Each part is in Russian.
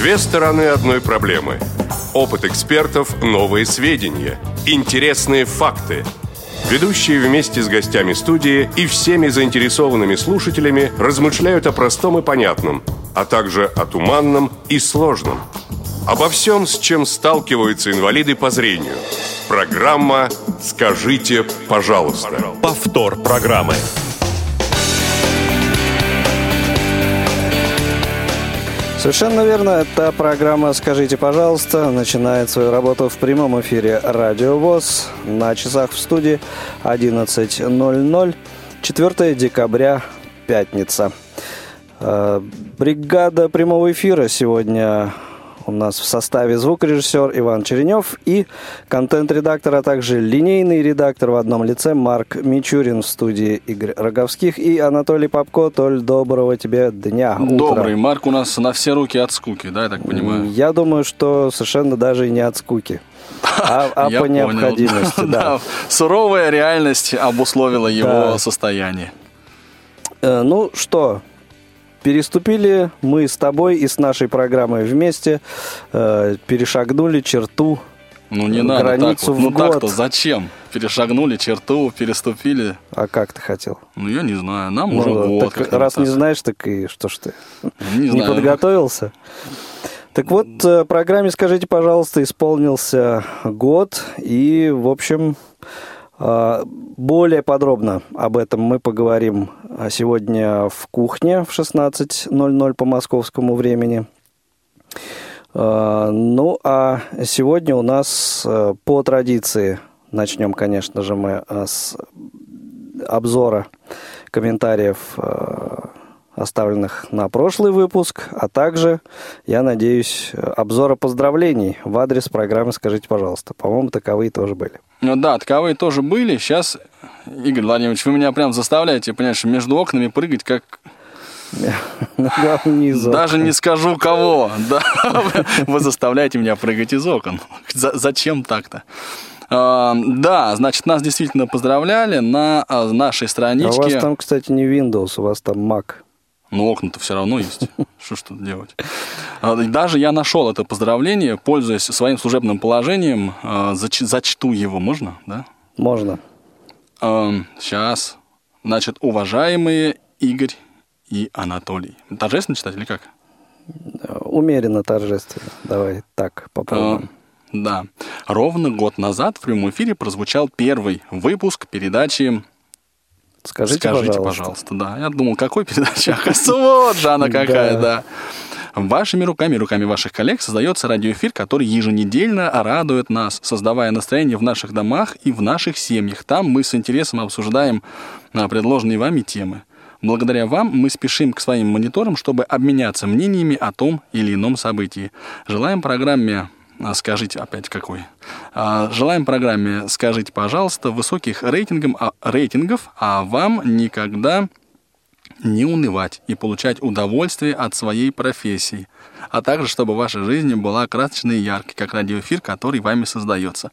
Две стороны одной проблемы. Опыт экспертов, новые сведения, интересные факты. Ведущие вместе с гостями студии и всеми заинтересованными слушателями размышляют о простом и понятном, а также о туманном и сложном. Обо всем, с чем сталкиваются инвалиды по зрению. Программа «Скажите, пожалуйста». Повтор программы. Совершенно верно. Эта программа «Скажите, пожалуйста» начинает свою работу в прямом эфире Радио ВОС. На часах в студии 11:00. 4 декабря, пятница. Бригада прямого эфира сегодня у нас в составе звукорежиссер Иван Черенев и контент-редактор, а также линейный редактор в одном лице Марк Мичурин, в студии Игорь Роговских и Анатолий Попко. Толь, доброго тебе дня. Добрый. Марк у нас на все руки от скуки, да, я так понимаю? Я думаю, что совершенно даже и не от скуки, а по необходимости. Да. Суровая реальность обусловила его состояние. Ну что, переступили мы с тобой и с нашей программой вместе, перешагнули черту, ну не надо границу так вот. в год. Ну так-то зачем? Перешагнули черту, переступили. А как ты хотел? Ну я не знаю, нам уже год. Так, раз не знаешь, так и что ж ты? Не подготовился? Так вот, программе «Скажите, пожалуйста» исполнился год, и, в общем, более подробно об этом мы поговорим сегодня в кухне в 16:00 по московскому времени. Ну, а сегодня у нас по традиции начнем, конечно же, мы с обзора комментариев, оставленных на прошлый выпуск, а также, я надеюсь, обзора поздравлений в адрес программы «Скажите, пожалуйста». По-моему, таковые тоже были. Ну да, таковые тоже были. Сейчас, Игорь Владимирович, вы меня прям заставляете, понимаешь, между окнами прыгать, как... Даже не скажу кого. Вы заставляете меня прыгать из окон. Зачем так-то? Да, значит, нас действительно поздравляли на нашей страничке. А у вас там, кстати, не Windows, у вас там Mac. Ну, окна-то все равно есть. Что ж тут делать? Даже я нашел это поздравление, пользуясь своим служебным положением. Зачту его. Можно, да? Можно. Сейчас. Значит, уважаемые Игорь и Анатолий. Торжественно читать или как? Умеренно торжественно. Давай так попробуем. Да. Ровно год назад в прямом эфире прозвучал первый выпуск передачи «Скажите, пожалуйста». Да, я думал, какой передача? Оказывается, вот же она какая, да. Вашими руками, руками ваших коллег создается радиоэфир, который еженедельно радует нас, создавая настроение в наших домах и в наших семьях. Там мы с интересом обсуждаем предложенные вами темы. Благодаря вам мы спешим к своим мониторам, чтобы обменяться мнениями о том или ином событии. Желаем программе... Скажите, опять какой? Желаем программе «Скажите, пожалуйста», высоких рейтингов, а вам никогда не унывать и получать удовольствие от своей профессии, а также, чтобы ваша жизнь была красочной и яркой, как радиоэфир, который вами создается.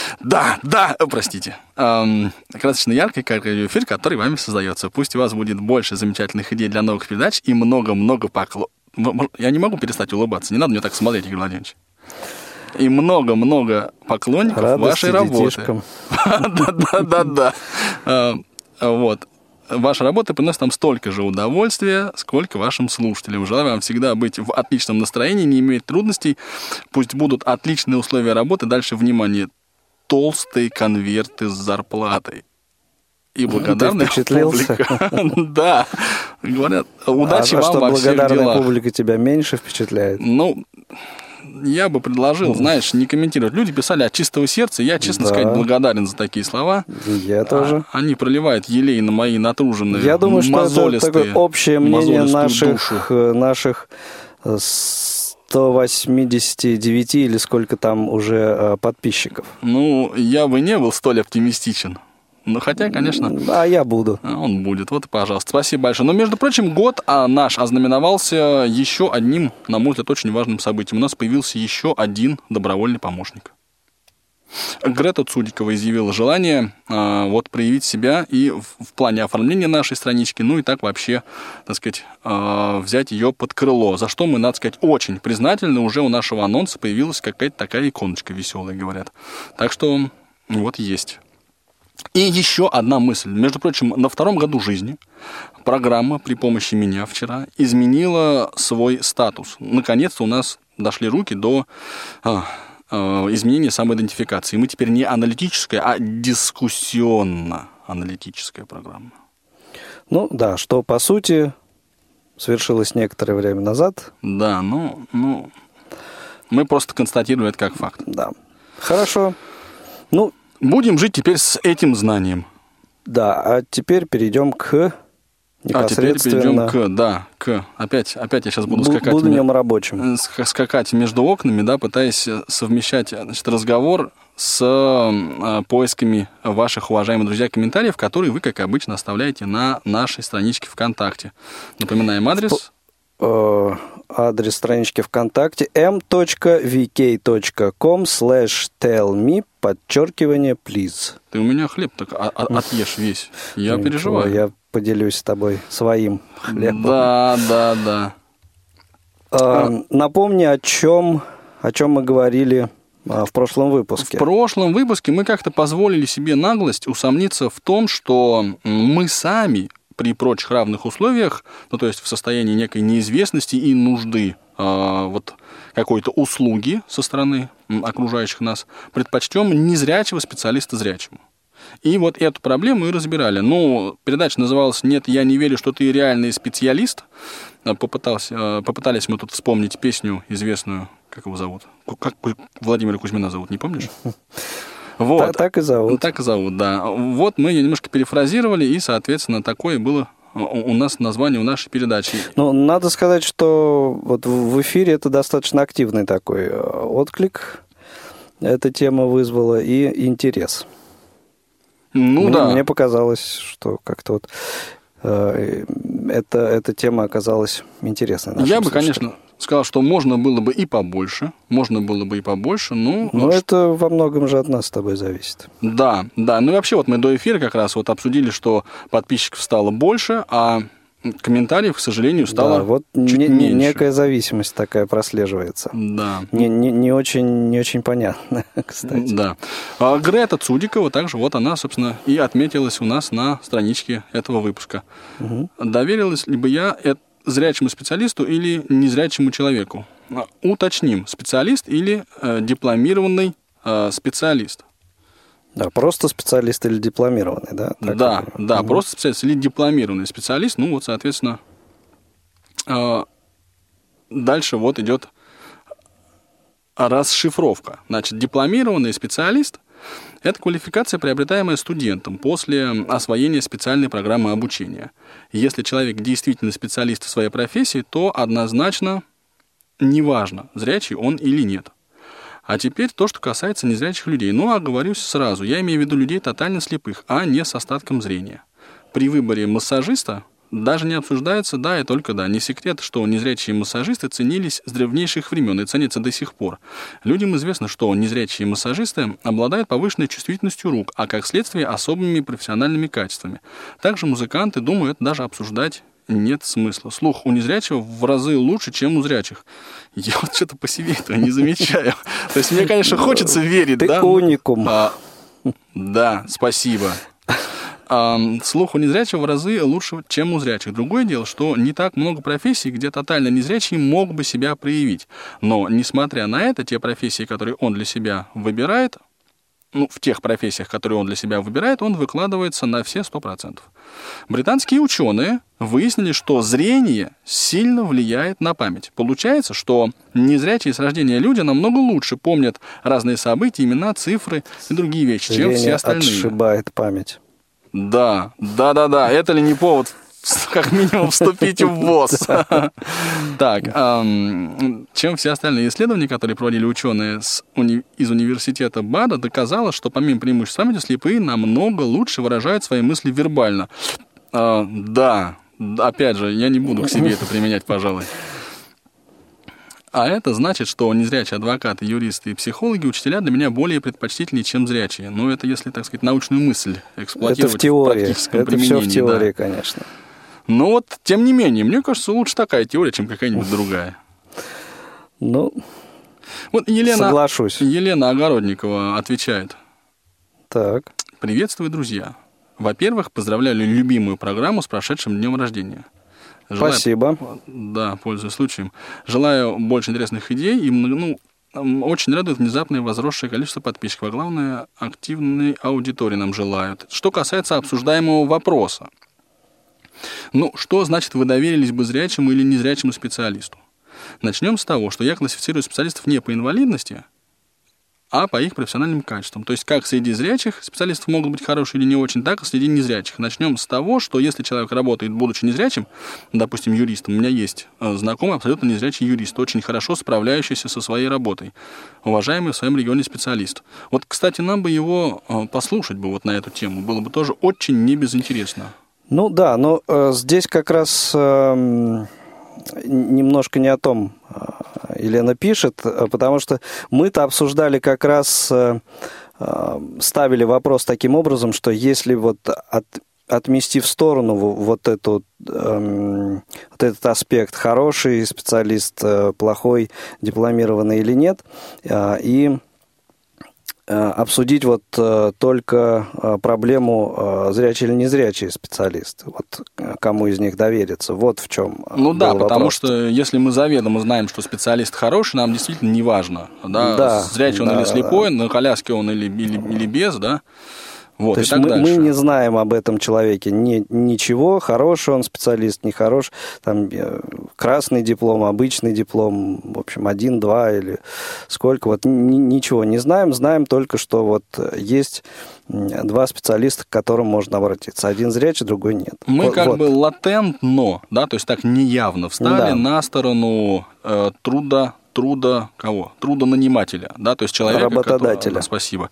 Красочно яркой, как радиоэфир, который вами создается. Пусть у вас будет больше замечательных идей для новых передач и много-много поклонов. Я не могу перестать улыбаться, не надо мне так смотреть, Игорь Владимирович. И много-много поклонников вашей работы. Да. Вот. Ваша работа приносит нам столько же удовольствия, сколько вашим слушателям. Желаю вам всегда быть в отличном настроении, не иметь трудностей. Пусть будут отличные условия работы. Дальше, внимание, толстые конверты с зарплатой. И благодарная публика. Да. Говорят, удачи вам во всех делах. А что, благодарная публика тебя меньше впечатляет? Ну... Я бы предложил, знаешь, не комментировать. Люди писали от чистого сердца. Я, честно сказать, благодарен за такие слова. Я тоже. Они проливают елей на мои натруженные, я думаю, что это такое общее мнение наших 189 или сколько там уже подписчиков. Ну, я бы не был столь оптимистичен. Ну, хотя, конечно... А я буду. Он будет. Вот и пожалуйста. Спасибо большое. Но, между прочим, год наш ознаменовался еще одним, на мой взгляд, очень важным событием. У нас появился еще один добровольный помощник. Грета Цудикова изъявила желание вот проявить себя и в плане оформления нашей странички, ну и так вообще, так сказать, взять ее под крыло, за что мы, надо сказать, очень признательны. Уже у нашего анонса появилась какая-то такая иконочка веселая, говорят. Так что вот есть. И еще одна мысль. Между прочим, на 2-м году жизни программа при помощи меня вчера изменила свой статус. Наконец-то у нас дошли руки до изменения самоидентификации. Мы теперь не аналитическая, а дискуссионно-аналитическая программа. Ну да, что по сути свершилось некоторое время назад. Да, ну мы просто констатируем это как факт. Да. Хорошо. Ну, будем жить теперь с этим знанием. Да, а теперь перейдем к непосредственно... Опять я сейчас буду скакать... Будням рабочим. Скакать между окнами, да, пытаясь совмещать, значит, разговор с поисками ваших, уважаемые друзья, комментариев, которые вы, как обычно, оставляете на нашей страничке ВКонтакте. Напоминаем адрес... Адрес странички ВКонтакте m.vk.com/tellme_please. Ты у меня хлеб так отъешь весь. Я переживаю. Я поделюсь с тобой своим хлебом. Да. Напомни, о чем мы говорили в прошлом выпуске. В прошлом выпуске мы как-то позволили себе наглость усомниться в том, что мы сами при прочих равных условиях, ну, то есть в состоянии некой неизвестности и нужды вот какой-то услуги со стороны окружающих нас, предпочтем незрячего специалиста зрячему. И вот эту проблему и разбирали. Ну, передача называлась «Нет, я не верю, что ты реальный специалист». Попытались мы тут вспомнить песню известную, как его зовут? Как Владимира Кузьмина зовут, не помнишь? Вот. Так и зовут. Так и зовут, да. Вот мы ее немножко перефразировали, и, соответственно, такое было у нас название у нашей передачи. Ну, надо сказать, что вот в эфире это достаточно активный такой отклик. Эта тема вызвала и интерес. Мне показалось, что как-то вот эта тема оказалась интересной. Я бы, конечно, сказал, что можно было бы и побольше, но... Но это во многом же от нас с тобой зависит. Да. Ну и вообще вот мы до эфира как раз вот обсудили, что подписчиков стало больше, а комментариев, к сожалению, стало чуть меньше. Некая зависимость такая прослеживается. Да. Не очень понятно, кстати. Да. А Грета Цудикова также вот она, собственно, и отметилась у нас на страничке этого выпуска. Угу. Доверилась ли бы я зрячему специалисту или незрячему человеку? Уточним, специалист или дипломированный специалист? Да, просто специалист или дипломированный, да? Да, просто специалист или дипломированный специалист. Ну вот, соответственно, дальше вот идет расшифровка. Значит, дипломированный специалист – это квалификация, приобретаемая студентом после освоения специальной программы обучения. Если человек действительно специалист в своей профессии, то однозначно неважно, зрячий он или нет. А теперь то, что касается незрячих людей. Ну, оговорюсь сразу, я имею в виду людей тотально слепых, а не с остатком зрения. При выборе массажиста даже не обсуждается «да» и только «да». Не секрет, что незрячие массажисты ценились с древнейших времен и ценятся до сих пор. Людям известно, что незрячие массажисты обладают повышенной чувствительностью рук, а как следствие особыми профессиональными качествами. Также музыканты, думаю, это даже обсуждать нет смысла. Слух у незрячего в разы лучше, чем у зрячих. Я вот что-то по себе этого не замечаю. То есть мне, конечно, хочется верить. Ты уникум. Да, спасибо. Слух у незрячего в разы лучше, чем у зрячих. Другое дело, что не так много профессий, где тотально незрячий мог бы себя проявить. Но, несмотря на это, те профессии, которые он для себя выбирает, в тех профессиях, которые он для себя выбирает, он выкладывается на все 100%. Британские ученые выяснили, что зрение сильно влияет на память. Получается, что незрячие с рождения люди намного лучше помнят разные события, имена, цифры и другие вещи, чем все остальные. Зрение отшибает память. Да. Это ли не повод как минимум вступить в ВОЗ? Так, чем все остальные исследования, которые проводили ученые из университета Бада, доказало, что помимо преимуществ памяти, слепые намного лучше выражают свои мысли вербально. Да, опять же, я не буду к себе это применять, пожалуй. А это значит, что незрячие адвокаты, юристы и психологи, учителя для меня более предпочтительнее, чем зрячие. Ну, это если, так сказать, научную мысль эксплуатировать это в теории. В практическом применении. Это все в теории, да. Конечно. Но вот, тем не менее, мне кажется, лучше такая теория, чем какая-нибудь другая. Ну, вот соглашусь. Елена Огородникова отвечает. Так. Приветствую, друзья. Во-первых, поздравляю любимую программу с прошедшим днем рождения. Спасибо. Да, пользуясь случаем. Желаю больше интересных идей и, очень радует внезапное возросшее количество подписчиков, а главное, активной аудитории нам желают. Что касается обсуждаемого вопроса. Что значит вы доверились бы зрячему или незрячему специалисту? Начнем с того, что я классифицирую специалистов не по инвалидности, а по их профессиональным качествам. То есть как среди зрячих специалистов могут быть хорошие или не очень, так и среди незрячих. Начнем с того, что если человек работает, будучи незрячим, допустим, юристом, у меня есть знакомый абсолютно незрячий юрист, очень хорошо справляющийся со своей работой, уважаемый в своем регионе специалист. Вот, кстати, нам бы его послушать бы вот на эту тему, было бы тоже очень небезынтересно. Ну да, но здесь как раз немножко не о том Елена пишет, потому что мы-то обсуждали как раз, ставили вопрос таким образом, что если вот отмести в сторону вот этот аспект, хороший специалист, плохой, дипломированный или нет, и обсудить вот только проблему зрячий или незрячий специалист, вот кому из них довериться, вот в чем да, потому что если мы заведомо знаем, что специалист хороший, нам действительно не важно, да, зрячий он или слепой, на коляске он или без, да. Вот, то есть мы не знаем об этом человеке ничего, хороший он специалист, нехорош, там красный диплом, обычный диплом, в общем, 1, 2 или сколько, вот ничего не знаем, знаем только, что вот есть 2 специалиста, к которым можно обратиться, один зрячий, другой нет. Мы как бы латентно, да, то есть так неявно встали на сторону трудонанимателя, да, то есть человека, работодателя. Спасибо.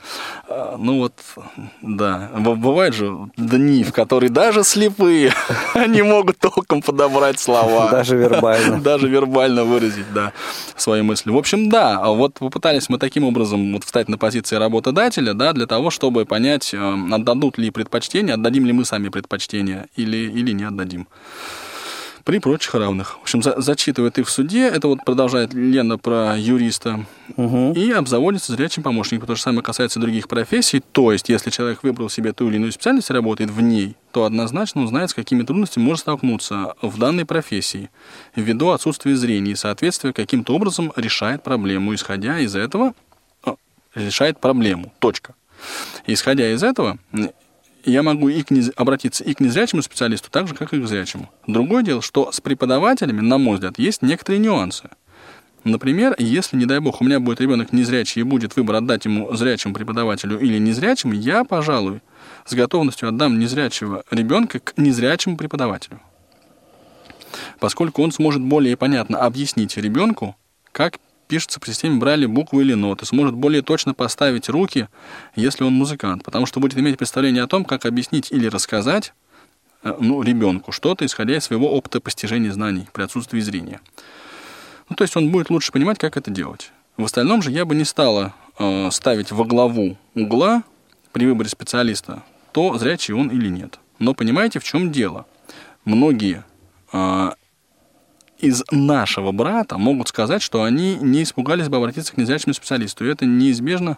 Да, бывают же дни, в которые даже слепые не могут толком подобрать слова. Даже вербально. Даже вербально выразить, да, свои мысли. В общем, да, вот попытались мы таким образом вот встать на позиции работодателя, да, для того, чтобы понять, отдадут ли предпочтение, отдадим ли мы сами предпочтение или не отдадим. При прочих равных. В общем, зачитывает их в суде. Это вот продолжает Лена про юриста. И обзаводится зрячим помощником. То же самое касается других профессий. То есть, если человек выбрал себе ту или иную специальность и работает в ней, то однозначно он знает, с какими трудностями может столкнуться в данной профессии, ввиду отсутствия зрения и соответствия каким-то образом решает проблему. Исходя из этого, решает проблему. Точка. Исходя из этого, я могу обратиться и к незрячему специалисту, так же, как и к зрячему. Другое дело, что с преподавателями, на мой взгляд, есть некоторые нюансы. Например, если, не дай бог, у меня будет ребенок незрячий и будет выбор отдать ему зрячему преподавателю или незрячему, я, пожалуй, с готовностью отдам незрячего ребенка к незрячему преподавателю. Поскольку он сможет более понятно объяснить ребенку, как пишется по системе Брайля буквы или ноты, сможет более точно поставить руки, если он музыкант, потому что будет иметь представление о том, как объяснить или рассказать ребенку что-то, исходя из своего опыта постижения знаний при отсутствии зрения. То есть он будет лучше понимать, как это делать. В остальном же я бы не стала ставить во главу угла при выборе специалиста, то зрячий он или нет. Но понимаете, в чем дело? Многие из нашего брата могут сказать, что они не испугались бы обратиться к незрячему специалисту. И это неизбежное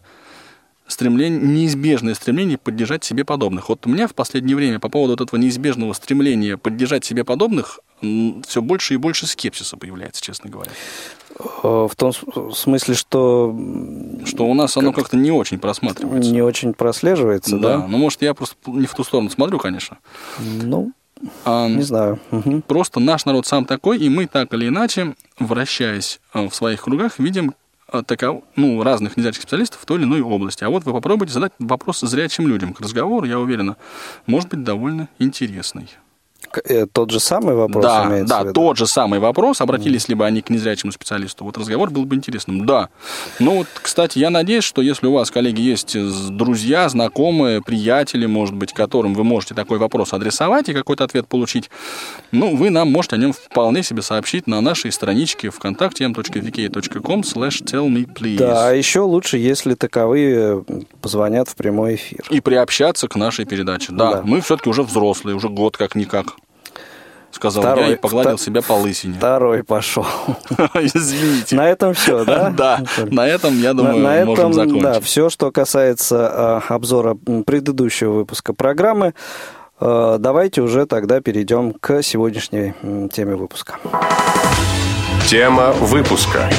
стремление поддержать себе подобных. Вот у меня в последнее время по поводу вот этого неизбежного стремления поддержать себе подобных все больше и больше скепсиса появляется, честно говоря. В том смысле, что у нас оно как-то не очень просматривается. Не очень прослеживается, да? Да, может, я просто не в ту сторону смотрю, конечно. Не знаю. Просто наш народ сам такой, и мы так или иначе, вращаясь в своих кругах, видим разных незрячих специалистов в той или иной области. А вот вы попробуйте задать вопрос зрячим людям. К разговору, я уверена, может быть довольно интересный. Тот же самый вопрос имеется в виду? Да, тот же самый вопрос. Обратились ли бы они к незрячему специалисту? Вот разговор был бы интересным. Да. Ну вот, кстати, я надеюсь, что если у вас, коллеги, есть друзья, знакомые, приятели, может быть, которым вы можете такой вопрос адресовать и какой-то ответ получить, ну, вы нам можете о нем вполне себе сообщить на нашей страничке ВКонтакте m.vk.com/tellmePlease. Да, а еще лучше, если таковые позвонят в прямой эфир. И приобщаться к нашей передаче. Да. Мы все-таки уже взрослые, уже год как-никак. Сказал я и погладил себя по лысине. Второй пошел. Извините. На этом все, да? Да, на этом, я думаю, можем закончить. Да, все, что касается обзора предыдущего выпуска программы, давайте уже тогда перейдем к сегодняшней теме выпуска. Тема выпуска.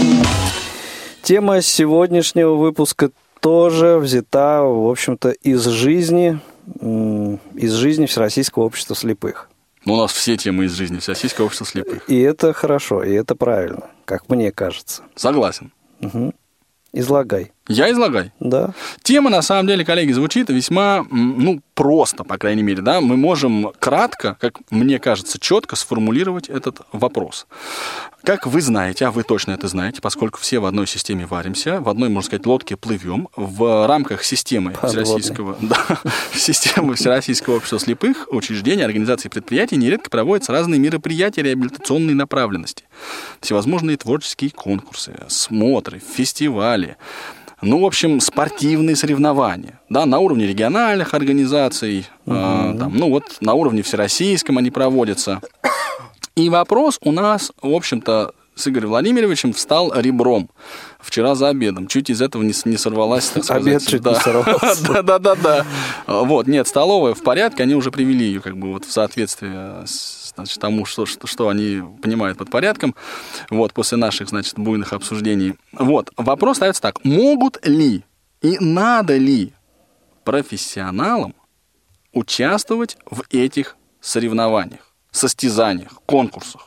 Тема сегодняшнего выпуска тоже взята, в общем-то, из жизни Всероссийского общества слепых. У нас все темы из жизни Всероссийского общества слепых. И это хорошо, и это правильно, как мне кажется. Согласен. Угу. Излагай. Я излагай? Да. Тема, на самом деле, коллеги, звучит весьма, просто, по крайней мере, да. Мы можем кратко, как мне кажется, четко сформулировать этот вопрос. Как вы знаете, а вы точно это знаете, поскольку все в одной системе варимся, в одной, можно сказать, лодке плывем, в рамках системы Всероссийского общества слепых, учреждений, организаций и предприятий нередко проводятся разные мероприятия реабилитационной направленности. Всевозможные творческие конкурсы, смотры, фестивали, в общем, спортивные соревнования, да, на уровне региональных организаций, на уровне всероссийском они проводятся. И вопрос у нас, в общем-то, с Игорем Владимировичем встал ребром вчера за обедом. Чуть из этого не сорвалась, так сказать. Обед чуть не сорвался. Да. Вот, нет, столовая в порядке, они уже привели ее как бы вот в соответствие с тому, что они понимают под порядком, вот, после наших, значит, буйных обсуждений. Вот, вопрос ставится так. Могут ли и надо ли профессионалам участвовать в этих соревнованиях, состязаниях, конкурсах?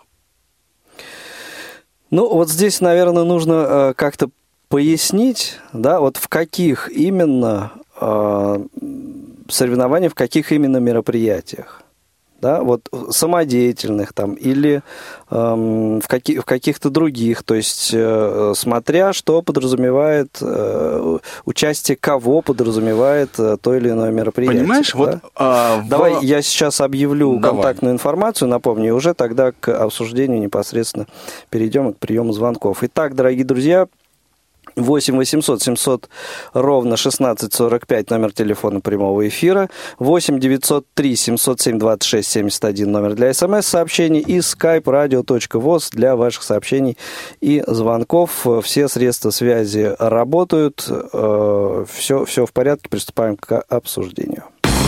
Вот здесь, наверное, нужно как-то пояснить, да, вот в каких именно соревнованиях, в каких именно мероприятиях. Да, вот самодеятельных там или в каких-то других, то есть смотря что подразумевает участие, кого подразумевает то или иное мероприятие. Понимаешь, да? Вот... Давай я сейчас объявлю контактную информацию, напомню, и уже тогда к обсуждению непосредственно перейдем к приему звонков. Итак, дорогие друзья, 8 800 700 ровно 1645 номер телефона прямого эфира, 8 903 707 26 71 номер для смс-сообщений и skype radio.voz для ваших сообщений и звонков. Все средства связи работают, все в порядке, приступаем к обсуждению.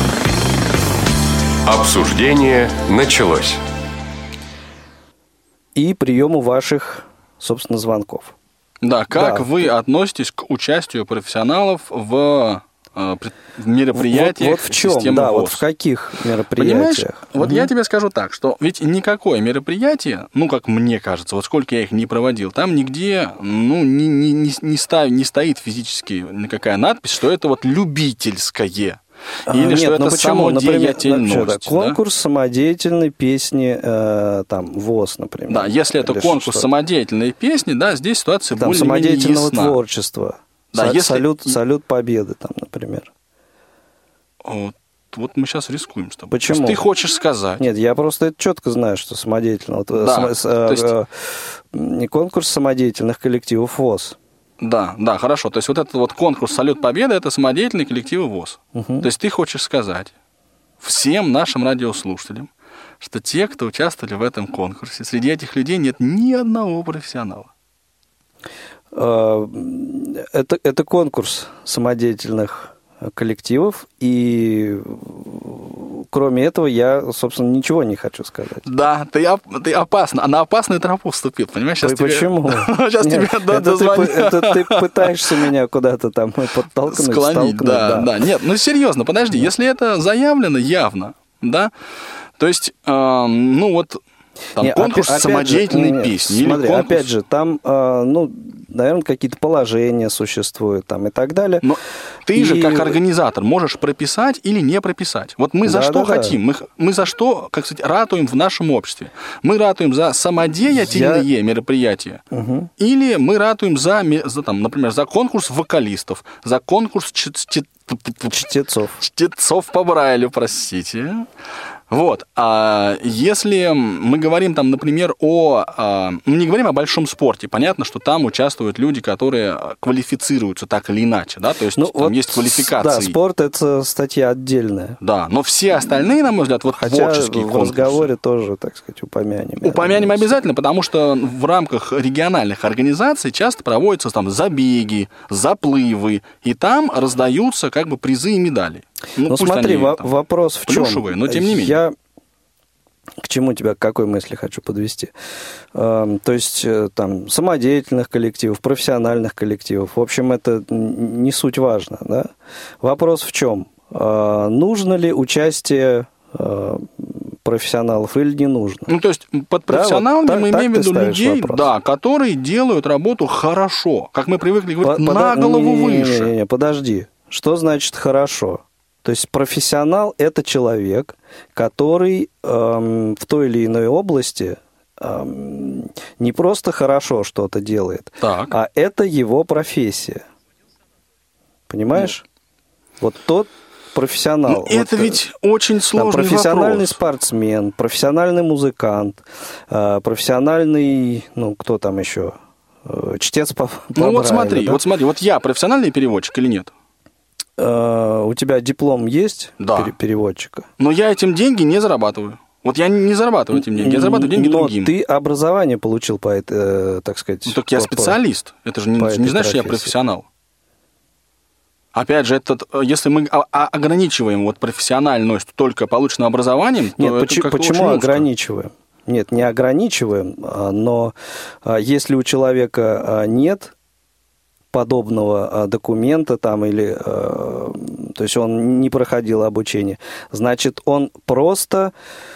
Обсуждение началось. И приему ваших, собственно, звонков. Да, как вы относитесь к участию профессионалов в мероприятиях вот в чем, системы ВОС? Вот в каких мероприятиях? Понимаешь, вот я тебе скажу так, что ведь никакое мероприятие, как мне кажется, вот сколько я их не проводил, там нигде не стоит физически никакая надпись, что это вот любительское. Или что это самодеятельность. Например, конкурс самодеятельной песни ВОС, например. Да, если это конкурс самодеятельной песни, да, здесь ситуация более-менее самодеятельного ясна. Творчества. Да, салют Победы, там, например. Вот мы сейчас рискуем с тобой. Почему? Ты хочешь сказать? Нет, я просто это четко знаю, что самодеятельного. Не конкурс самодеятельных коллективов ВОС. Да, хорошо. То есть вот этот вот конкурс «Салют Победы» — это самодеятельные коллективы ВОС. То есть ты хочешь сказать всем нашим радиослушателям, что те, кто участвовали в этом конкурсе, среди этих людей нет ни одного профессионала? Это конкурс самодеятельных коллективов, и кроме этого я, собственно, ничего не хочу сказать. Да, ты опасно, на опасную тропу вступил, понимаешь? Почему? Сейчас тебе дозвонят. Это ты пытаешься меня куда-то там подтолкнуть. Склонить, да. Нет, серьезно, подожди, если это заявлено явно, да, то есть, конкурс самодеятельной песни. Смотри, опять же, там, наверное, какие-то положения существуют там и так далее. Ты же, как организатор, можешь прописать или не прописать. Вот мы за что хотим? Мы за что, как сказать, ратуем в нашем обществе? Мы ратуем за самодеятельные мероприятия? Или мы ратуем за, там, например, за конкурс вокалистов, за конкурс чтецов по Брайлю, простите. Вот. А если мы говорим, там, например, мы не говорим о большом спорте, понятно, что там участвуют люди, которые квалифицируются так или иначе, да, то есть там вот есть квалификации. Да, спорт – это статья отдельная. Да, но все остальные, на мой взгляд, вот творческие конкурсы. В разговоре тоже, так сказать, упомянем. Упомянем обязательно, потому что в рамках региональных организаций часто проводятся там забеги, заплывы, и там раздаются как бы призы и медали. Ну смотри, вопрос в чем? Плюшевые, но тем не менее. Я к чему тебя, к какой мысли хочу подвести? То есть, там, самодеятельных коллективов, профессиональных коллективов, в общем, это не суть важно, да? Вопрос в чем? Нужно ли участие профессионалов или не нужно? Ну, то есть, под профессионалами мы имеем в виду людей, да, которые делают работу хорошо, как мы привыкли говорить, на голову выше. Не, подожди. Что значит хорошо? То есть профессионал – это человек, который в той или иной области не просто хорошо что-то делает, а это его профессия. Понимаешь? Вот тот профессионал. Это ведь очень сложный вопрос. Профессиональный спортсмен, профессиональный музыкант, профессиональный, кто там еще, чтец по Брайлю. Вот смотри, вот я профессиональный переводчик или нет? У тебя диплом есть переводчика? Но я этим деньги не зарабатываю. Вот я не зарабатываю этим деньги, я зарабатываю деньги другим. Но ты образование получил по этой, так сказать... Ну, так я специалист. Это же не значит, что я профессионал. Опять же, если мы ограничиваем вот профессиональность только полученным образованием, то это как-то почему ограничиваем? Нет, не ограничиваем, но если у человека нет подобного документа там или, то есть он не проходил обучение, значит, он просто,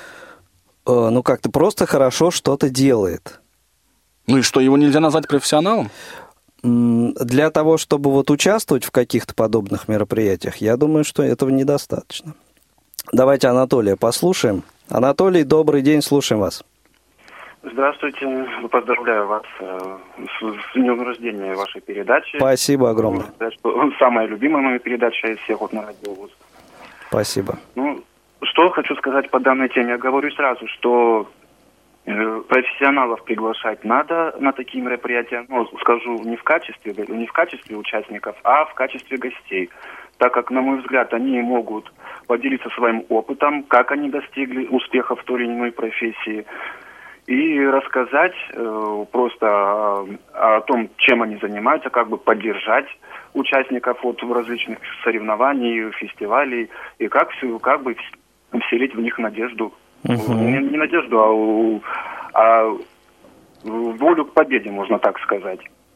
как-то просто хорошо что-то делает. Ну и что, его нельзя назвать профессионалом? Для того, чтобы вот участвовать в каких-то подобных мероприятиях, я думаю, что этого недостаточно. Давайте Анатолия послушаем. Анатолий, добрый день, слушаем вас. Здравствуйте, поздравляю вас с днем рождения вашей передачи. Спасибо огромное. Самая любимая моя передача из всех вот на радиовоз. Спасибо. Что хочу сказать по данной теме. Я говорю сразу, что профессионалов приглашать надо на такие мероприятия. Скажу не в качестве участников, а в качестве гостей. Так как, на мой взгляд, они могут поделиться своим опытом, как они достигли успеха в той или иной профессии, и рассказать просто о том, чем они занимаются, как бы поддержать участников в различных соревнований, фестивалей, и как бы вселить в них надежду. Не надежду, а волю к победе, можно так сказать.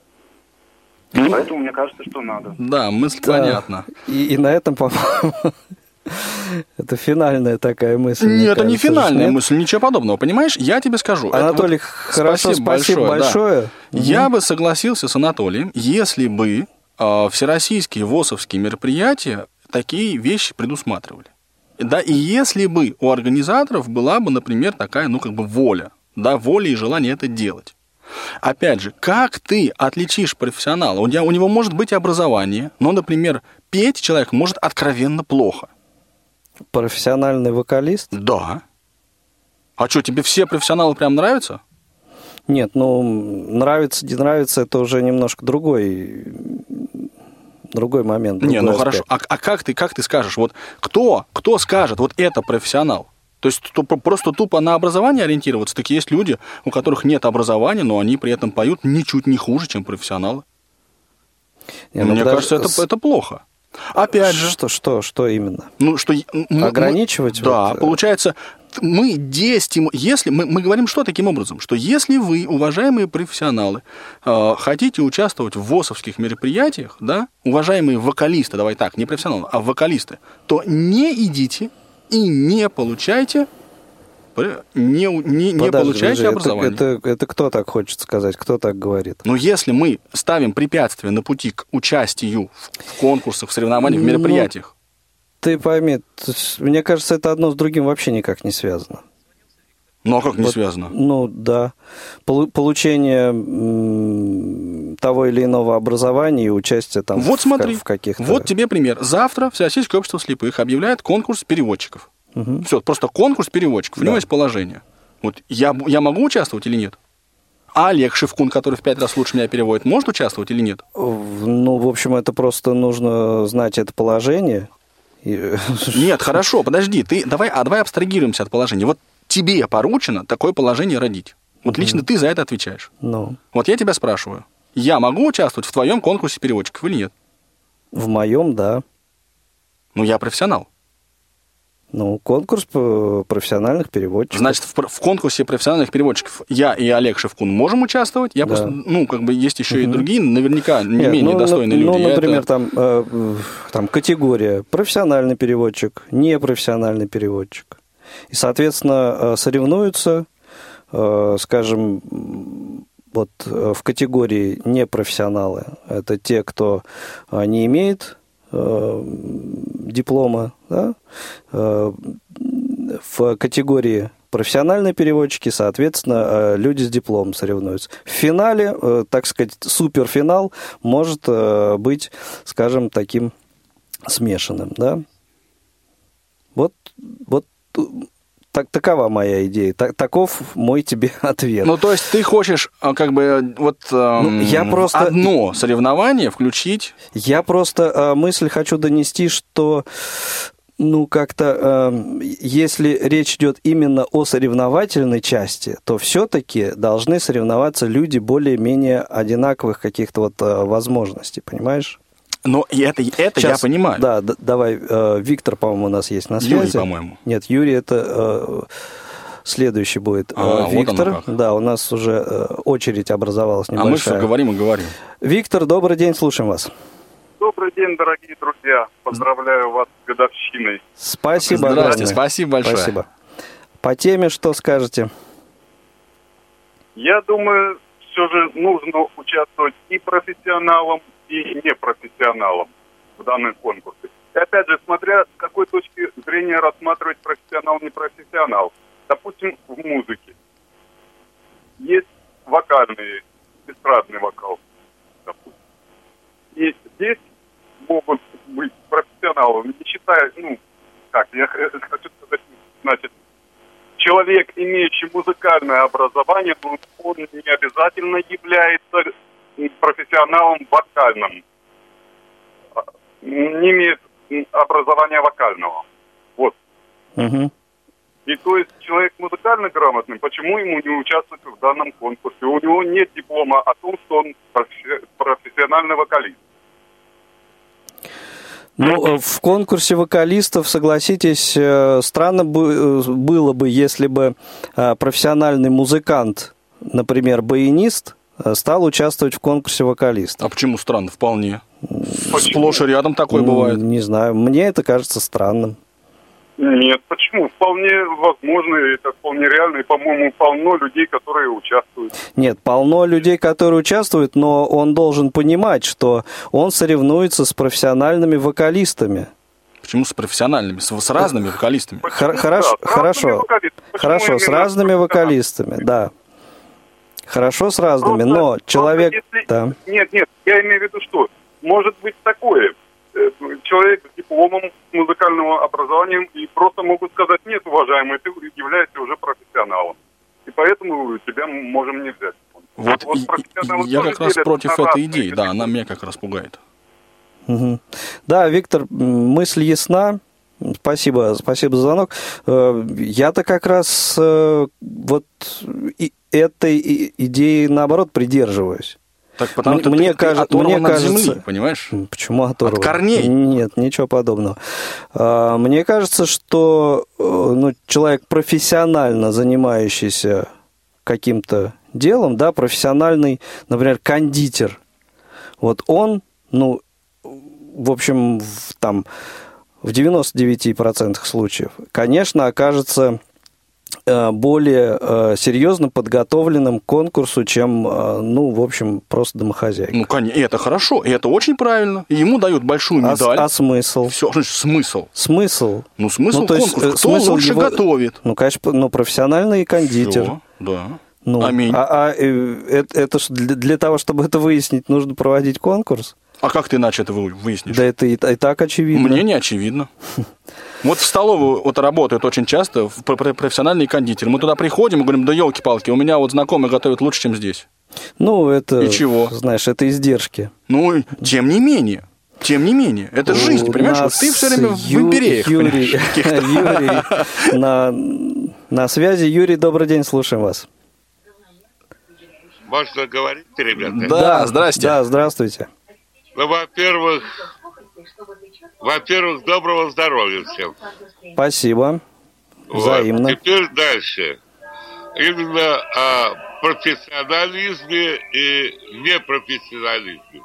Поэтому мне кажется, что надо. Да, мысль понятна. И на этом, по-моему... Это финальная такая мысль. Нет, это не финальная мысль, ничего подобного. Понимаешь, я тебе скажу. Анатолий, хорошо, спасибо большое. Да. Я бы согласился с Анатолием, если бы всероссийские ВОСовские мероприятия такие вещи предусматривали. Да, и если бы у организаторов была бы, например, такая, воля, да, воля и желание это делать. Опять же, как ты отличишь профессионала? У него может быть образование, но, например, петь человек может откровенно плохо. Профессиональный вокалист? Да. А что, тебе все профессионалы прям нравятся? Нет, нравится, не нравится, это уже немножко другой момент. Не, хорошо. А как ты скажешь? Вот кто скажет, вот это профессионал? То есть просто тупо на образование ориентироваться? Так есть люди, у которых нет образования, но они при этом поют ничуть не хуже, чем профессионалы. Мне кажется, это плохо. Опять же. Что именно? Ограничивать? Да, получается, если мы говорим, что таким образом, что если вы, уважаемые профессионалы, хотите участвовать в ВОСовских мероприятиях, да, уважаемые вокалисты, давай так, не профессионалы, а вокалисты, то не идите и не получайте не получаете образование. Это кто так хочет сказать, кто так говорит? Но если мы ставим препятствия на пути к участию в конкурсах, в соревнованиях, в мероприятиях. Ты пойми, мне кажется, это одно с другим вообще никак не связано. Ну, а как не связано? Ну, да. Получение того или иного образования и участие там вот смотри, в каких-то... Вот тебе пример. Завтра Всероссийское общество слепых объявляет конкурс переводчиков. Угу. Все, просто конкурс переводчиков. В него есть положение. Вот я могу участвовать или нет? А Олег Шевкун, который в 5 раз лучше меня переводит, может участвовать или нет? Ну, в общем, это просто нужно знать это положение. Нет, хорошо, подожди. Давай абстрагируемся от положения. Вот тебе поручено такое положение родить. Вот лично ты за это отвечаешь. Вот я тебя спрашиваю. Я могу участвовать в твоем конкурсе переводчиков или нет? В моем, да. Ну, я профессионал. Ну, конкурс профессиональных переводчиков. Значит, в конкурсе профессиональных переводчиков я и Олег Шевкун можем участвовать? Я просто, есть еще и другие, наверняка, не менее достойные люди. Ну, например, там категория профессиональный переводчик, непрофессиональный переводчик. И, соответственно, соревнуются, скажем, вот в категории непрофессионалы. Это те, кто не имеет диплома, да? В категории профессиональные переводчики, соответственно, люди с дипломом соревнуются. В финале, так сказать, суперфинал может быть, скажем, таким смешанным, да? Вот такова моя идея. Таков мой тебе ответ. Ну, то есть ты хочешь одно соревнование включить? Я просто мысль хочу донести, что если речь идет именно о соревновательной части, то все-таки должны соревноваться люди более-менее одинаковых каких-то возможностей, понимаешь? Но это сейчас, я понимаю. Да, давай. Виктор, по-моему, у нас есть на связи. Юрий, по-моему. Нет, Юрий, это следующий будет. Виктор. Вот да, у нас уже очередь образовалась небольшая. А мы все говорим и говорим. Виктор, добрый день, слушаем вас. Добрый день, дорогие друзья. Поздравляю вас с годовщиной. Спасибо. Здравствуйте, спасибо большое. Спасибо. По теме что скажете? Я думаю, все же нужно участвовать и профессионалам, и непрофессионалам в данном конкурсе. И опять же, смотря с какой точки зрения рассматривать профессионал-непрофессионал. Допустим, в музыке. Есть вокальный, эстрадный вокал. Допустим. И здесь могут быть профессионалы, не считая, я хочу сказать, значит, человек, имеющий музыкальное образование, он не обязательно является профессионалом вокальным, не имеет образования вокального. Вот. Угу. И то есть человек музыкально грамотный, почему ему не участвовать в данном конкурсе? У него нет диплома о том, что он профессиональный вокалист. Ну, в конкурсе вокалистов, согласитесь, странно было бы, если бы профессиональный музыкант, например, баянист, стал участвовать в конкурсе вокалистов. А почему странно? Вполне. Сплошь и рядом такое бывает. Не знаю, мне это кажется странным. Нет, почему? Вполне возможно, это вполне реально, и, по-моему, полно людей, которые участвуют. Нет, полно людей, которые участвуют, но он должен понимать, что он соревнуется с профессиональными вокалистами. Почему с профессиональными? С разными вокалистами? Хорошо, с разными вокалистами, да. Хорошо, с разными, но человек... Нет, я имею в виду, что может быть такое. Человек с дипломом музыкального образования и просто могут сказать: нет, уважаемый, ты являешься уже профессионалом. И поэтому тебя можем не взять. Вот я как раз против этой идеи, да, она меня как раз пугает. Угу. Да, Виктор, мысль ясна. Спасибо за звонок. Я-то как раз этой идеи, наоборот, придерживаюсь. Так потому что мне кажется, от земли, понимаешь? Почему оторван? От корней. Нет, ничего подобного. Мне кажется, что человек, профессионально занимающийся каким-то делом, да, профессиональный, например, кондитер, вот он, в общем, в 99% случаев, конечно, окажется более серьезно подготовленным к конкурсу, чем, ну, в общем, просто домохозяйка. Ну, конечно, и это хорошо, и это очень правильно. И ему дают большую медаль. А смысл? Все, значит, смысл. Смысл? Ну, смысл конкурса. Кто лучше готовит? Ну, конечно, ну, профессиональный кондитер. Всё, да. Ну, аминь. Это для того, чтобы это выяснить, нужно проводить конкурс? А как ты иначе это выяснишь? Да это и так очевидно. Мне не очевидно. Вот в столовую вот работают очень часто профессиональные кондитеры. Мы туда приходим и говорим, да елки-палки, у меня вот знакомые готовят лучше, чем здесь. Ну, это, и чего? Знаешь, это издержки. Ну, тем не менее, это жизнь, понимаешь? Вот ты все время в империях. Юрий, на связи. Юрий, добрый день, слушаем вас. Можно говорить, ребята? Да, здрасте. Да, здравствуйте. Ну, во-первых, доброго здоровья всем. Спасибо. Взаимно. Вот. Теперь дальше. Именно о профессионализме и непрофессионализме.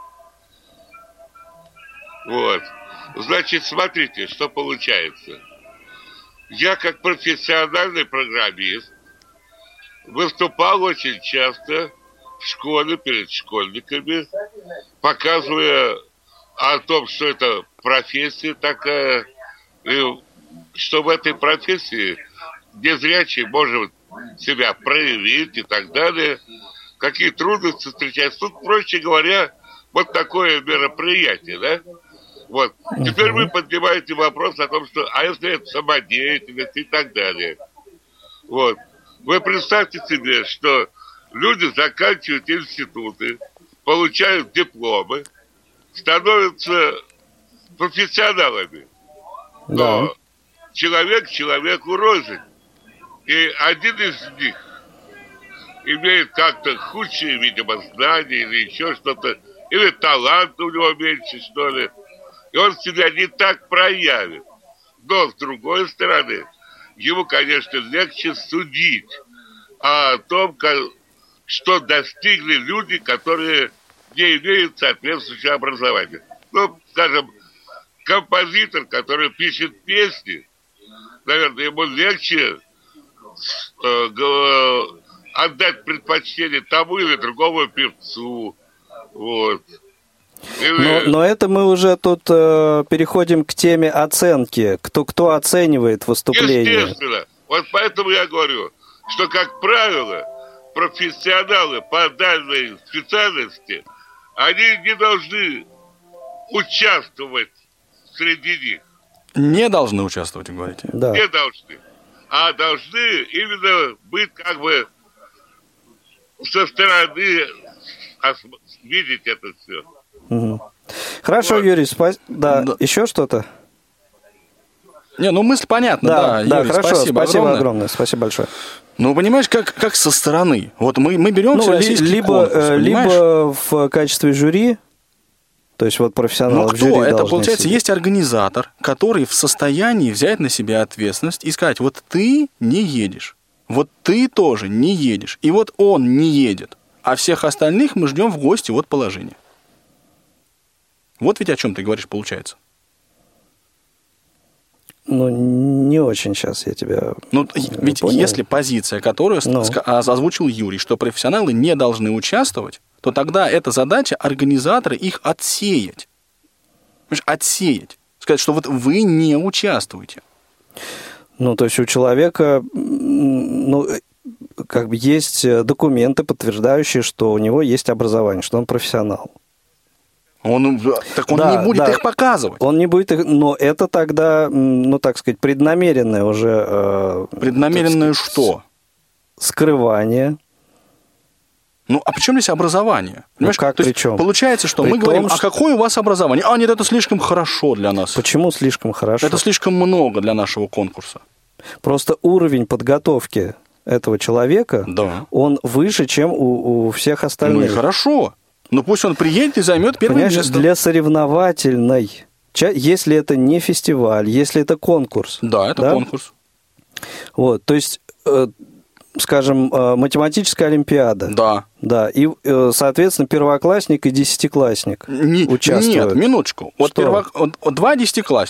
Вот. Значит, смотрите, что получается. Я, как профессиональный программист, выступал очень часто в школе перед школьниками, показывая о том, что это профессия такая, и что в этой профессии незрячий может себя проявить и так далее, какие трудности встречаются. Тут, проще говоря, вот такое мероприятие, да? Вот. Теперь вы поднимаете вопрос о том, что, а если это самодеятельность и так далее. Вот. Вы представьте себе, что люди заканчивают институты, получают дипломы, становятся профессионалами. Но Да. человек человеку рознь. И один из них имеет как-то худшие, видимо, знания или еще что-то, или талант у него меньше, что ли, и он себя не так проявит. Но, с другой стороны, ему, конечно, легче судить о том, что достигли люди, которые не имеют соответствующего образования. Ну, скажем, композитор, который пишет песни, наверное, ему легче отдать предпочтение тому или другому певцу. Вот. Но это мы уже тут переходим к теме оценки. Кто оценивает выступление? Естественно. Вот поэтому я говорю, что, как правило, профессионалы по данной специальности, они не должны участвовать среди них. Не должны участвовать, вы говорите? Да. Не должны. А должны именно быть как бы со стороны видеть это все. Угу. Хорошо, вот. Юрий, да. Еще что-то? Не, ну мысль понятна, да, Юрий, хорошо, спасибо огромное, спасибо большое. Ну, понимаешь, как со стороны. Вот мы берем всероссийский конкурс, либо в качестве жюри, то есть вот профессионалы в жюри должны это, получается, сидеть. есть организатор, который в состоянии взять на себя ответственность и сказать, вот ты не едешь, вот ты тоже не едешь, и вот он не едет, а всех остальных мы ждем в гости, вот положение. Вот ведь о чем ты говоришь, получается. Ну, не очень сейчас я тебя ведь понял. Если позиция, которую озвучил Юрий, что профессионалы не должны участвовать, то тогда эта задача организатора их отсеять. Понимаешь, отсеять. Сказать, что вот вы не участвуете. Ну, то есть у человека, как бы есть документы, подтверждающие, что у него есть образование, что он профессионал. Он не будет их показывать. Он не будет их, но это тогда, так сказать, преднамеренное уже... Преднамеренное что? Скрывание. Ну, а при чем здесь образование? Ну, как при чем? Получается, что мы говорим, а какое у вас образование? А, нет, это слишком хорошо для нас. Почему слишком хорошо? Это слишком много для нашего конкурса. Просто уровень подготовки этого человека, он выше, чем у всех остальных. Ну и хорошо. Ну пусть он приедет и займет первое место. Для соревновательной, если это не фестиваль, если это конкурс. Да, это конкурс. Вот, то есть, скажем, математическая олимпиада. Да. Да, и, соответственно, первоклассник и десятиклассник участвуют. Нет, минуточку. Вот два десятиклассника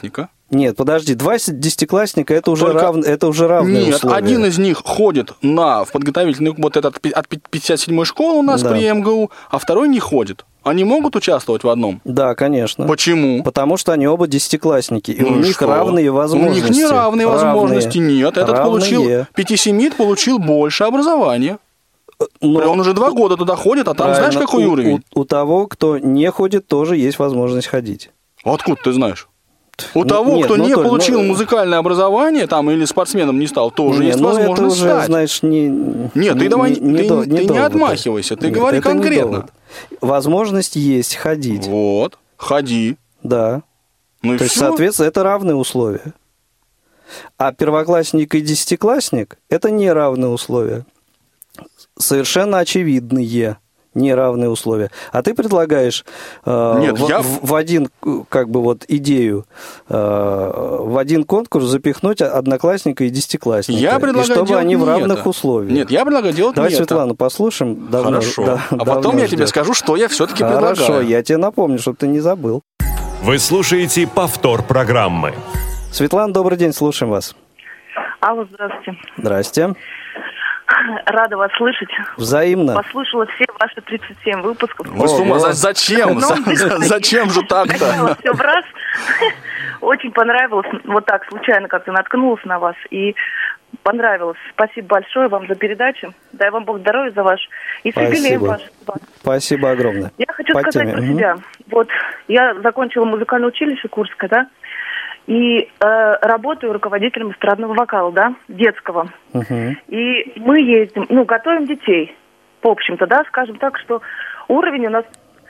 Нет, подожди, 2 десятиклассника это уже равные Нет, условия. Один из них ходит в подготовительный, вот этот от 57-й школы у нас при МГУ, а второй не ходит. Они могут участвовать в одном? Да, конечно. Почему? Потому что они оба десятиклассники, и у них равные возможности. У них не равные возможности, нет. Этот получил, пятисемит получил больше образования. Он уже 2 года туда ходит, а там знаешь, какой уровень? У того, кто не ходит, тоже есть возможность ходить. Откуда ты знаешь? У того, кто не получил музыкальное образование, там, или спортсменом не стал, тоже есть возможность это уже, стать. Знаешь, Нет, ты давай не отмахивайся, ты говори конкретно. Возможность есть ходить. Вот, ходи. Да. Ну и То есть, соответственно, это равные условия. А первоклассник и десятиклассник – это неравные условия. Совершенно очевидные неравные условия. А ты предлагаешь в один, как бы вот идею, в один конкурс запихнуть одноклассника и десятиклассника. Я предлагаю и чтобы они в равных это. условиях. Нет, я предлагаю делать Давай Светлану послушаем. Хорошо. А потом я тебе скажу, что я все-таки предлагаю. Хорошо, я тебе напомню, чтобы ты не забыл. Вы слушаете повтор программы. Светлана, добрый день, слушаем вас. Алло, здравствуйте. Здрасте. Рада вас слышать. Взаимно. Послушала все ваши 37 выпусков. Вы с ума, зачем? Зачем же так-то? Все в раз. Очень понравилось. Вот так, случайно как-то наткнулась на вас. И понравилось. Спасибо большое вам за передачу. Дай вам Бог здоровья за ваш. И с юбилеем ваш. Спасибо огромное. Я хочу сказать про себя. Вот я закончила музыкальное училище Курское, да? И работаю руководителем эстрадного вокала, да, детского. И мы ездим, готовим детей, в общем-то, да, скажем так, что уровень у нас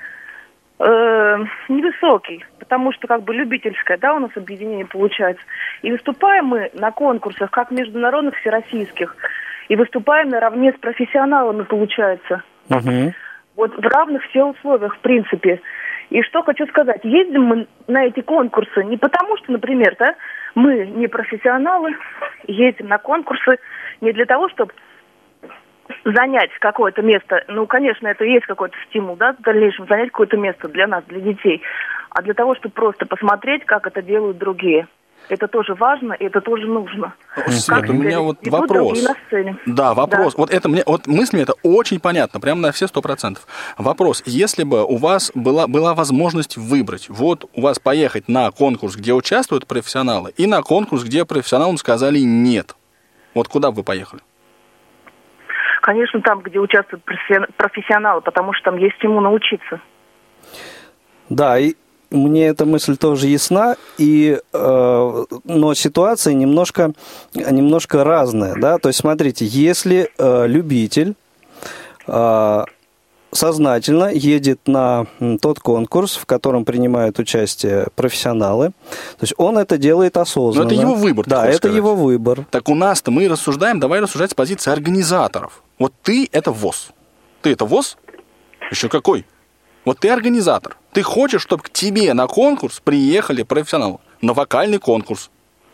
невысокий, потому что как бы любительское, да, у нас объединение получается. И выступаем мы на конкурсах, как международных, всероссийских, и выступаем наравне с профессионалами, получается. Вот в равных все условиях, в принципе. И что хочу сказать, ездим мы на эти конкурсы не потому, что, например, да, мы не профессионалы, ездим на конкурсы не для того, чтобы занять какое-то место, конечно, это и есть какой-то стимул, да, в дальнейшем занять какое-то место для нас, для детей, а для того, чтобы просто посмотреть, как это делают другие. Это тоже важно, и это тоже нужно. Свет, у меня вот вопрос. Да, вопрос. Да. Вот мысль мне это очень понятно, прямо на все 100%. Вопрос. Если бы у вас была возможность выбрать, вот у вас поехать на конкурс, где участвуют профессионалы, и на конкурс, где профессионалам сказали нет, вот куда бы вы поехали? Конечно, там, где участвуют профессионалы, потому что там есть чему научиться. Да, и мне эта мысль тоже ясна, но ситуация немножко разная, да, то есть смотрите, если любитель сознательно едет на тот конкурс, в котором принимают участие профессионалы, то есть он это делает осознанно. Но это его выбор. Да, это его выбор. Так у нас-то мы рассуждаем, давай рассуждать с позиции организаторов. Вот ты это ВОС. Ты это ВОС? Еще какой? Вот ты организатор. Ты хочешь, чтобы к тебе на конкурс приехали профессионалы. На вокальный конкурс.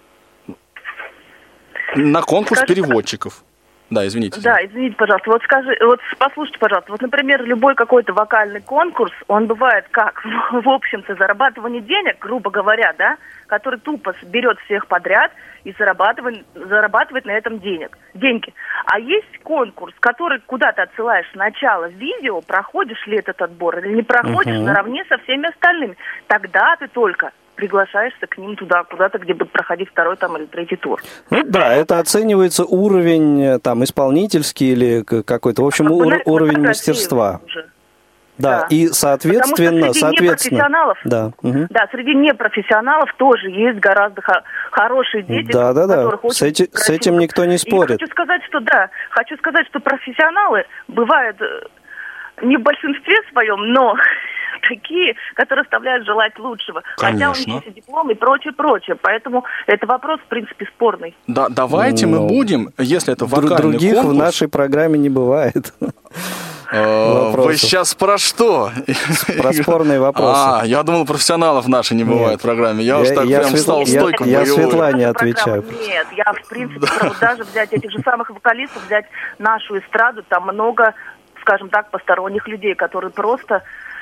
На конкурс переводчиков. Да, извините. Да, извините, пожалуйста. Вот послушайте, пожалуйста. Вот, например, любой какой-то вокальный конкурс, он бывает как, в общем-то, зарабатывание денег, грубо говоря, да, который тупо берет всех подряд и зарабатывает на этом деньги. А есть конкурс, который куда ты отсылаешь сначала видео, проходишь ли этот отбор или не проходишь, наравне со всеми остальными. Тогда ты только приглашаешься к ним туда, куда-то, где будет проходить второй там, или третий тур. Да, это оценивается уровень там исполнительский или какой-то, в общем, уровень мастерства. Да, и соответственно... непрофессионалов, да, среди непрофессионалов тоже есть гораздо хорошие дети, которых очень с этим никто не спорит. И хочу сказать, что профессионалы бывают не в большинстве своем, но такие, которые оставляют желать лучшего. Конечно. Хотя у них есть диплом и прочее. Поэтому это вопрос, в принципе, спорный. Да, давайте мы будем, если это вокальный других конкурс... в нашей программе не бывает. Вы сейчас про что? Про спорные вопросы. Я думал, профессионалов наши не бывает в программе. Я уж так прям встал стойку боевую. Я Светлане отвечаю. Нет, я, в принципе, даже взять этих же самых вокалистов, взять нашу эстраду, там много, скажем так, посторонних людей, которые просто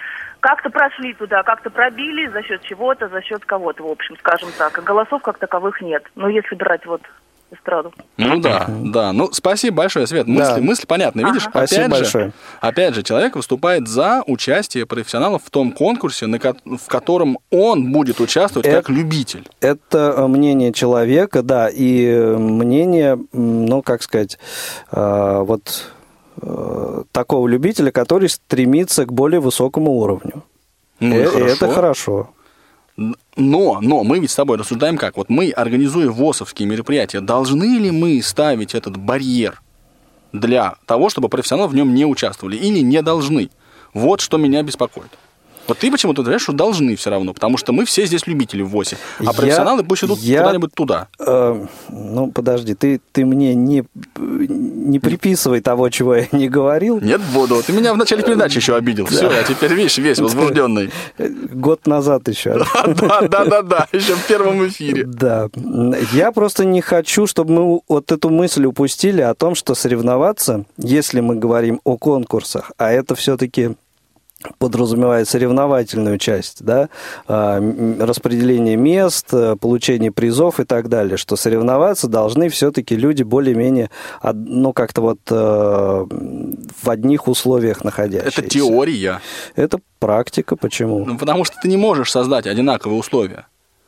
как-то прошли туда, как-то пробили за счет чего-то, за счет кого-то, в общем, скажем так. А голосов как таковых нет. Ну, если брать вот эстраду. Ну да. Ну, спасибо большое, Свет. Мысли понятны. Видишь, опять же, человек выступает за участие профессионалов в том конкурсе, в котором он будет участвовать как любитель. Это мнение человека, да, и мнение, ну, как сказать, вот такого любителя, который стремится к более высокому уровню. Ну, это хорошо. Но мы ведь с тобой рассуждаем как? Вот мы, организуя ВОСовские мероприятия, должны ли мы ставить этот барьер для того, чтобы профессионалы в нем не участвовали, или не должны? Вот что меня беспокоит. Вот ты почему-то говоришь, что должны все равно, потому что мы все здесь любители в ВОСе, а профессионалы пусть идут куда-нибудь туда. Ну, подожди, ты мне не приписывай того, чего я не говорил. Нет, буду. Ты меня в начале передачи еще обидел. Все, я теперь весь возбужденный. Год назад еще. Да, еще в первом эфире. Да. Я просто не хочу, чтобы мы вот эту мысль упустили о том, что соревноваться, если мы говорим о конкурсах, а это все-таки подразумевает соревновательную часть, да, распределение мест, получение призов и так далее, что соревноваться должны все-таки люди более-менее, ну, как-то вот в одних условиях находящиеся. Это теория. Это практика. Почему? Ну, потому что ты не можешь создать одинаковые условия.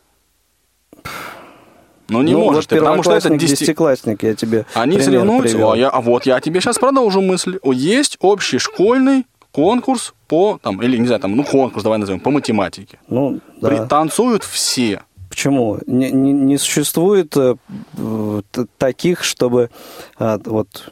Ну, не можешь вот ты, потому что это десятиклассник, я тебе Они соревнуются, вот я тебе сейчас продолжу мысль. Есть общий школьный конкурс по, там, или, не знаю, там, ну, конкурс, давай назовем, по математике. Ну, да. Танцуют все. Почему? Не существует таких, чтобы вот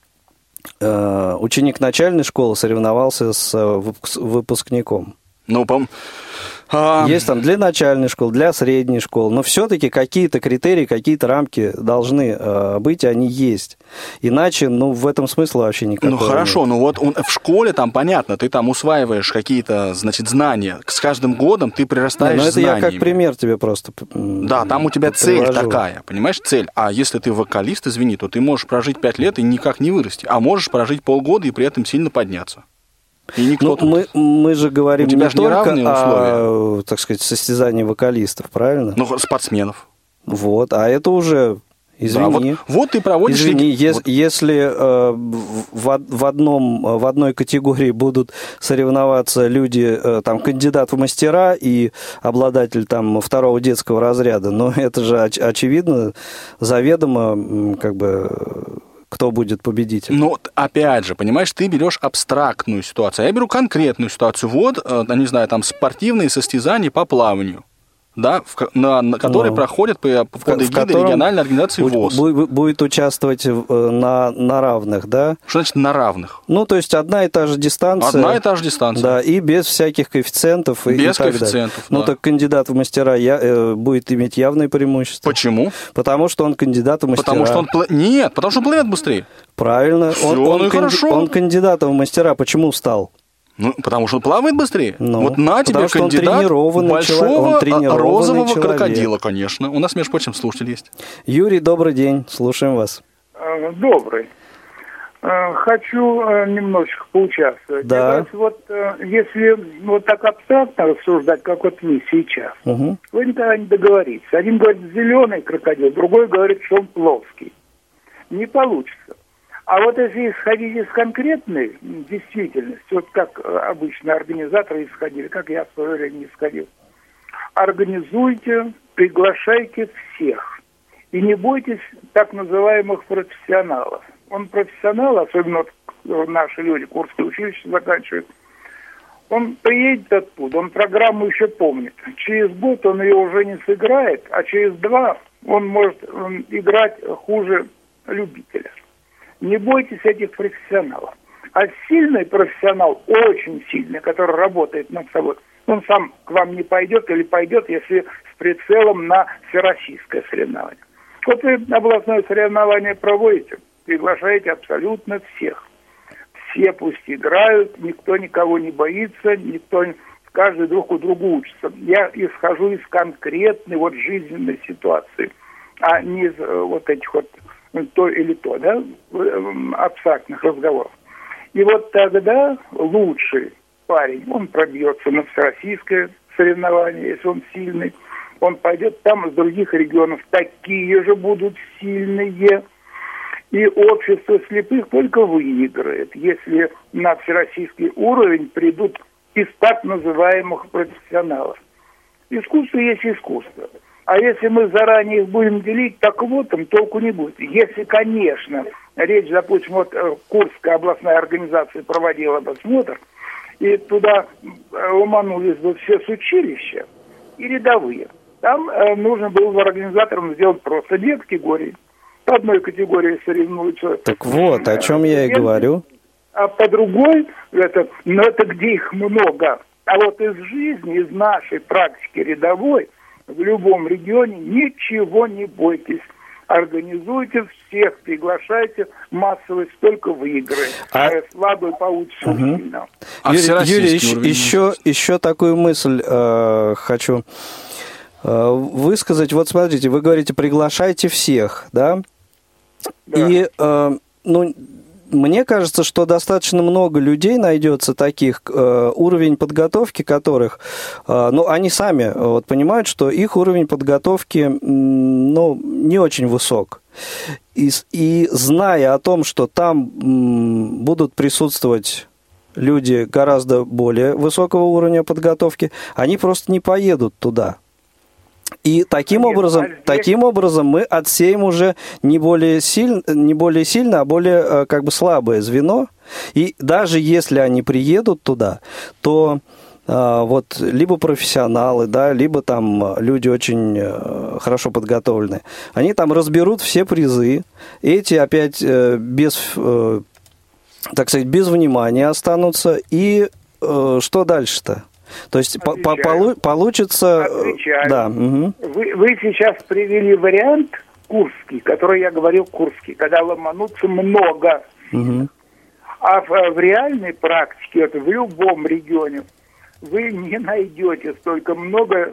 ученик начальной школы соревновался с выпускником. Ну, Есть там для начальной школы, для средней школы, но все-таки какие-то критерии, какие-то рамки должны быть, они есть. Иначе, ну, в этом смысла вообще никакого нет. Ну, хорошо, ну вот в школе там, понятно, ты там усваиваешь какие-то, значит, знания. С каждым годом ты прирастаешь знаниями. Ну, это я как пример тебе просто Да, там у тебя цель такая, понимаешь, цель. А если ты вокалист, извини, то ты можешь прожить 5 лет и никак не вырасти. А можешь прожить полгода и при этом сильно подняться. И никто мы же говорим не только о, так сказать, состязании вокалистов, правильно? Ну, спортсменов. Вот, а это уже, извини. Да, вот ты проводишь... Извини, если в одной категории будут соревноваться люди, там, кандидат в мастера и обладатель там второго детского разряда, но это же очевидно, заведомо, как бы... Кто будет победитель? Ну, опять же, понимаешь, ты берешь абстрактную ситуацию, а я беру конкретную ситуацию. Вот, не знаю, там спортивные состязания по плаванию, да, на которые проходят под эгидой региональной организации ВОС. Будет участвовать на равных, да? Что значит на равных? Ну, то есть одна и та же дистанция. Одна и та же дистанция. Да, и без всяких коэффициентов. Без коэффициентов, да. Ну, так кандидат в мастера будет иметь явное преимущество. Почему? Потому что он кандидат в мастера. Нет, потому что он плывет быстрее. Правильно. Хорошо. Он кандидатом в мастера почему стал? Ну, потому что он плавает быстрее. Ну, вот на тебе кандидат большого розового человек. Крокодила, конечно. У нас, между прочим, слушатель есть. Юрий, добрый день. Слушаем вас. Добрый. Хочу немножечко поучаствовать. Да. Вот если вот так абстрактно рассуждать, как вот мы сейчас, вы никогда не договоритесь. Один говорит зеленый крокодил, другой говорит, что он плоский. Не получится. А вот если исходить из конкретной действительности, вот как обычно организаторы исходили, как я в свое время исходил, организуйте, приглашайте всех. И не бойтесь так называемых профессионалов. Он профессионал, особенно вот наши люди, Курское училище заканчивают, он приедет оттуда, он программу еще помнит. Через год он ее уже не сыграет, а через 2 он может играть хуже любителя. Не бойтесь этих профессионалов. А сильный профессионал, очень сильный, который работает над собой, он сам к вам не пойдет или пойдет, если с прицелом на всероссийское соревнование. Вот вы областное соревнование проводите, приглашаете абсолютно всех. Все пусть играют, никто никого не боится, каждый друг у друга учится. Я исхожу из конкретной вот жизненной ситуации, а не из вот этих вот то или то, да, абстрактных разговоров. И вот тогда лучший парень, он пробьется на всероссийское соревнование, если он сильный. Он пойдет там из других регионов, такие же будут сильные. И общество слепых только выиграет, если на всероссийский уровень придут из так называемых профессионалов. Искусство есть искусство. А если мы заранее их будем делить, так вот там толку не будет. Если, конечно, речь, допустим, вот Курская областная организация проводила бы осмотр, и туда ломанулись бы все с училища и рядовые. Там нужно было бы организаторам сделать просто две категории. По одной категории соревнуются. Так вот, о чем я и говорю. А по другой, это где их много. А вот из жизни, из нашей практики рядовой, в любом регионе ничего не бойтесь. Организуйте всех, приглашайте, массовость только выиграет. Слабый получится сильно. Юрий, еще такую мысль хочу высказать. Вот смотрите, вы говорите, приглашайте всех, да? И, мне кажется, что достаточно много людей найдется таких, уровень подготовки которых, они сами вот понимают, что их уровень подготовки, не очень высок. И зная о том, что там будут присутствовать люди гораздо более высокого уровня подготовки, они просто не поедут туда. И таким образом мы отсеем уже не более сильно, а более как бы слабое звено. И даже если они приедут туда, то вот либо профессионалы, да, либо там люди очень хорошо подготовленные, они там разберут все призы. Эти опять без внимания останутся. И что дальше-то? То есть получится... Отвечаю. Да. Угу. Вы сейчас привели вариант Курский, который я говорил Курский, когда ломанутся много. Угу. А в реальной практике, в любом регионе, вы не найдете столько много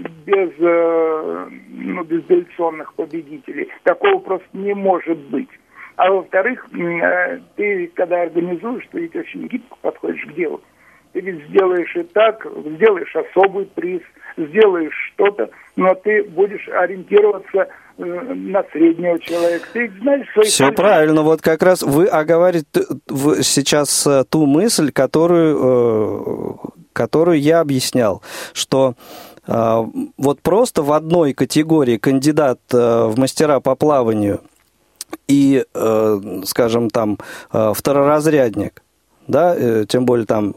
безапелляционных победителей. Такого просто не может быть. А во-вторых, ты, когда организуешь, ты ведь очень гибко подходишь к делу. Ты ведь сделаешь и так, сделаешь особый приз, сделаешь что-то, но ты будешь ориентироваться на среднего человека. Ты знаешь свои... Все правильно. Вот как раз вы оговариваете сейчас ту мысль, которую я объяснял, что вот просто в одной категории кандидат в мастера по плаванию и, скажем, там, второразрядник, да, тем более там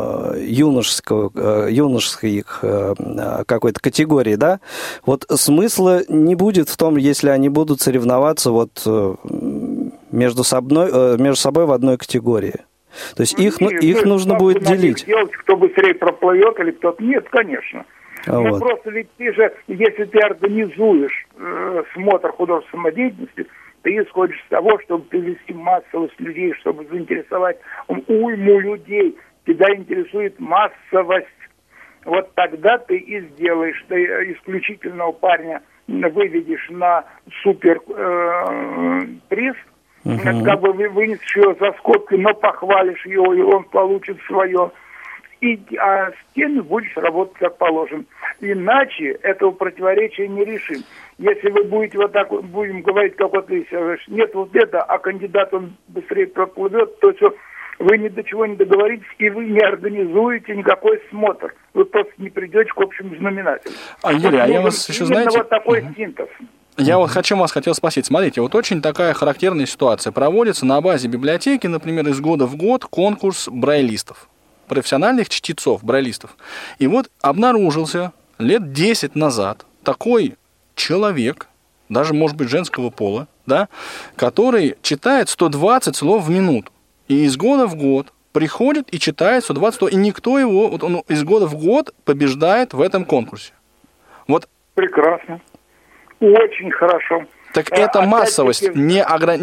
юношеской какой-то категории, да, вот смысла не будет в том, если они будут соревноваться вот между собой в одной категории. То есть их нужно будет делить. Делать, кто быстрее проплывет или кто-то. Нет, конечно. Вот. Просто ведь ты же, если ты организуешь смотр художественной самодеятельности, ты исходишь с того, чтобы привести массовость людей, чтобы заинтересовать уйму людей. Тебя интересует массовость. Вот тогда ты и сделаешь. Ты исключительного парня выведешь на супер приз, как бы вынесешь его за скобки, но похвалишь его, и он получит свое. А с теми будешь работать как положено. Иначе этого противоречия не решим. Если вы будете вот так, будем говорить, как вот ты говоришь, нет вот это, а кандидат он быстрее проплывет, то все, вы ни до чего не договоритесь, и вы не организуете никакой смотр. Вы просто не придете к общему знаменателю. Юрий, я вас еще, знаете... вот такой синтез. Я вот хотел спросить. Смотрите, вот очень такая характерная ситуация. Проводится на базе библиотеки, например, из года в год конкурс брайлистов, профессиональных чтецов, брайлистов. И вот обнаружился лет 10 назад такой человек, даже, может быть, женского пола, да, который читает 120 слов в минуту. И из года в год приходит и читает 120 слов, и никто его, вот он из года в год побеждает в этом конкурсе. Вот. Прекрасно. Очень хорошо. Так эта массовость не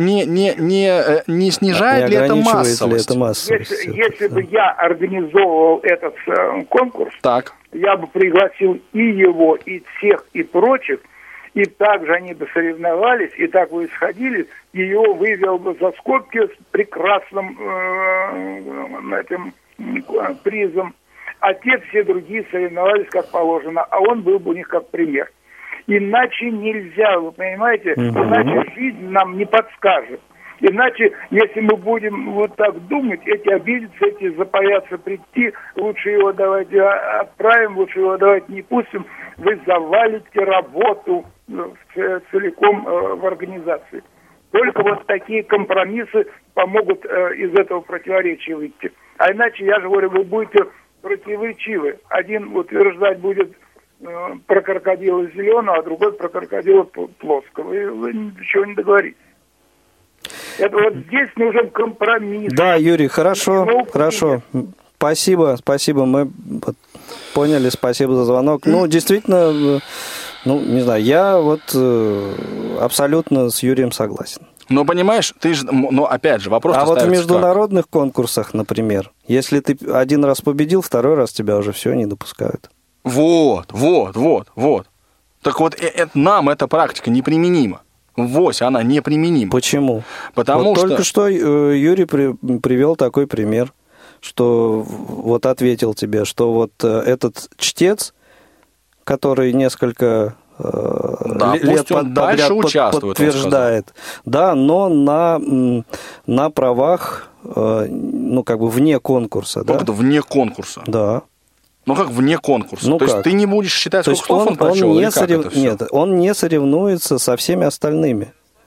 снижает ли это массовость? Если бы я организовывал этот конкурс, так, я бы пригласил и его, и всех, и прочих, и также они бы соревновались, и так бы исходили, ее вывел бы за скобки с прекрасным этим призом, а те все другие соревновались как положено, а он был бы у них как пример. Иначе нельзя, вы понимаете, иначе жизнь нам не подскажет. Иначе, если мы будем вот так думать, эти обидятся, эти запоятся прийти, лучше его давайте отправим, лучше его давайте не пустим, вы завалите работу целиком в организации. Только вот такие компромиссы помогут из этого противоречия выйти. А иначе, я же говорю, вы будете противоречивы. Один утверждать будет про крокодила зеленого, а другой про крокодила плоского. И вы ничего не договоритесь. Это вот здесь нужен компромисс. Да, Юрий, хорошо. Спасибо, мы поняли, спасибо за звонок. Ну, действительно, не знаю, я вот абсолютно с Юрием согласен. Но понимаешь, опять же, вопрос. А вот в международных конкурсах, например, если ты один раз победил, второй раз тебя уже все не допускают. Вот. Так вот, нам эта практика неприменима. Вось, она неприменима. Почему? Потому что... Только что Юрий привел такой пример, что вот ответил тебе, что вот этот чтец, который несколько лет подряд подтверждает, да, но на правах, вне конкурса. Как это вне конкурса? Да. Ну как вне конкурса? То есть ты не будешь считать, сколько слов он прочел? Нет, он не соревнуется со всеми остальными.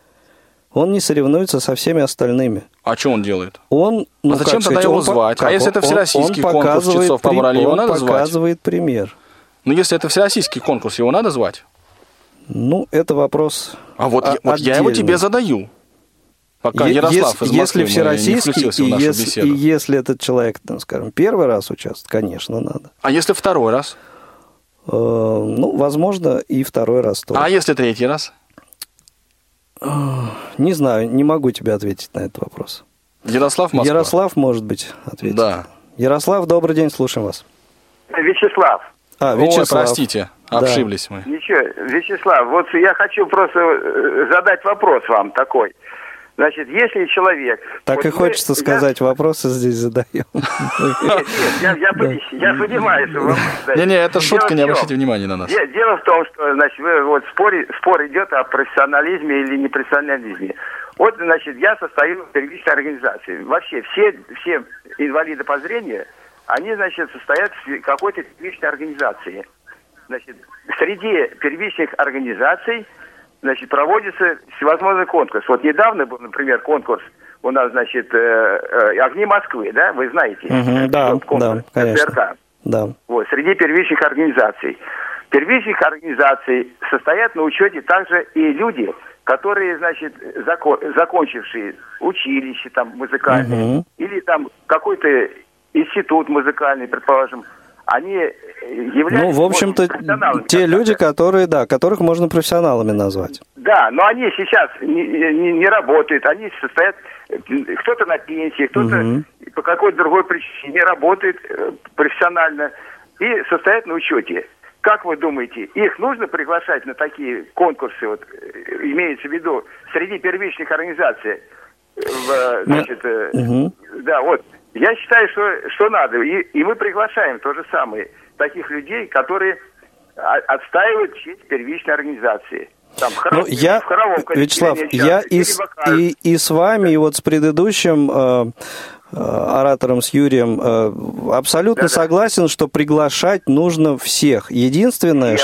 А что он делает? Зачем тогда его звать? А если это всероссийский конкурс чтецов по морали, его надо звать? Он показывает пример. Но если это всероссийский конкурс, его надо звать? Это вопрос отдельный. Я его тебе задаю. Пока Ярослав из Москвы не включился в нашу беседу. И если этот человек, скажем, первый раз участвует, конечно, надо. А если второй раз? Возможно, и второй раз тоже. А если третий раз? Не знаю, не могу тебе ответить на этот вопрос. Ярослав, Москва. Ярослав, может быть, ответит. Да. Ярослав, добрый день, слушаем вас. Вячеслав. Ой, простите, обшиблись мы. Ничего, Вячеслав, вот я хочу просто задать вопрос вам такой. Значит, если человек... Так и хочется сказать, вопросы здесь задаем. Нет, я понимаю, что вопрос... Не, это шутка, не обращайте внимания на нас. Дело в том, что, значит, спор идет о профессионализме или непрофессионализме. Вот, значит, я состою в первичной организации. Вообще, все инвалиды по зрению, они, значит, состоят в какой-то первичной организации. Значит, среди первичных организаций, значит, проводится всевозможный конкурс. Вот недавно был, например, конкурс у нас, значит, «Огни Москвы», да, вы знаете? Да, конечно. СРК. Да. Вот, среди первичных организаций. Первичных организаций состоят на учете также и люди, которые, значит, закончившие училище там музыкальное, или там какой-то институт музыкальный, предположим, они являются... в общем-то, те люди, которых можно профессионалами назвать. Да, но они сейчас не работают, они состоят, кто-то на пенсии, кто-то по какой-то другой причине не работает профессионально и состоят на учете. Как вы думаете, их нужно приглашать на такие конкурсы, вот, имеется в виду, среди первичных организаций? Значит, да, вот. Я считаю, что надо. И мы приглашаем то же самое. Таких людей, которые отстаивают честь первичной организации. Там, Вячеслав, я и с вами, и вот с предыдущим оратором, с Юрием, абсолютно согласен, что приглашать нужно всех. Единственное,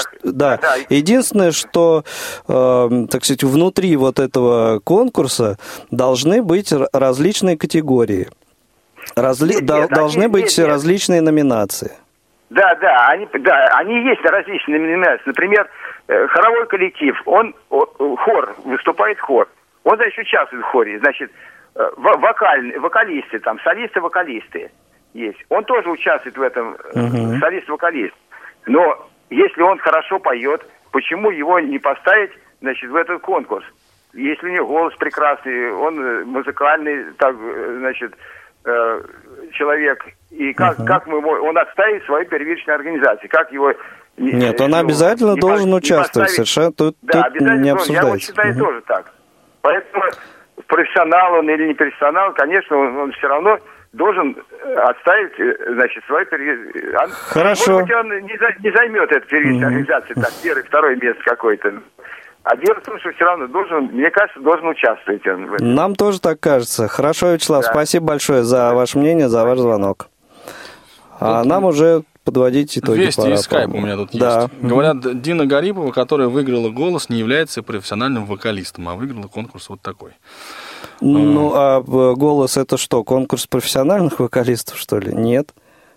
что, так сказать, внутри вот этого конкурса должны быть различные категории. Должны быть различные номинации. Да, они есть различные номинации. Например, хоровой коллектив, хор, выступает хор. Он, значит, участвует в хоре. Значит, вокалисты, там, солисты-вокалисты есть. Он тоже участвует в этом, солист-вокалист. Но если он хорошо поет, почему его не поставить, значит, в этот конкурс? Если у него голос прекрасный, он музыкальный, так, значит, человек, и как он отставит свою первичную организацию, как его... Нет, он обязательно должен участвовать, совершенно тут не обсуждается. Я вот считаю тоже так. Поэтому профессионал он или не профессионал, конечно, он все равно должен отставить, значит, свой Хорошо. Может быть, он не займет эту организацию, так, первое, второе место какое-то. А дело в том, что все равно мне кажется, должен участвовать он в этом. Нам тоже так кажется. Хорошо, Вячеслав, спасибо большое за ваше мнение, за ваш звонок. А нам уже подводить итоги. Вести из скайпа у меня тут есть. Говорят, Дина Гарипова, которая выиграла «Голос», не является профессиональным вокалистом, а выиграла конкурс вот такой. Ну, а «Голос» — это что, конкурс профессиональных вокалистов, что ли? Нет.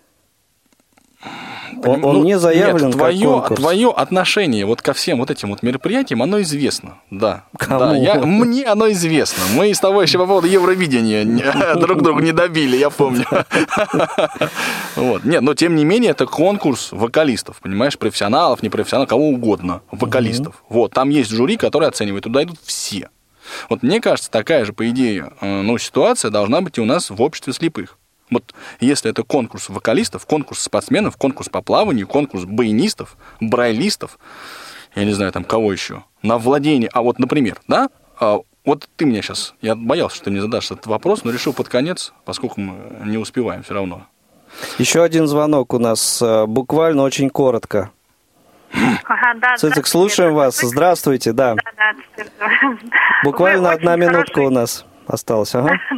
Он не заявлен как конкурс. Твое отношение вот ко всем вот этим вот мероприятиям, оно известно. Да. Кому? Мне оно известно. Мы с тобой еще по поводу Евровидения друг друга не добили, я помню. Нет, но тем не менее, это конкурс вокалистов, понимаешь, профессионалов, непрофессионалов, кого угодно, вокалистов. Вот, там есть жюри, которое оценивает, туда идут все. Вот мне кажется, такая же, по идее, ситуация должна быть и у нас в обществе слепых. Вот если это конкурс вокалистов, конкурс спортсменов, конкурс по плаванию, конкурс баянистов, брайлистов, я не знаю, там кого еще, на владение, а вот, например, да, вот ты мне сейчас, я боялся, что ты мне задашь этот вопрос, но решил под конец, поскольку мы не успеваем все равно. Еще один звонок у нас, буквально очень коротко. Цицик, слушаем вас. Здравствуйте, да. Буквально 1 минутка у нас осталась.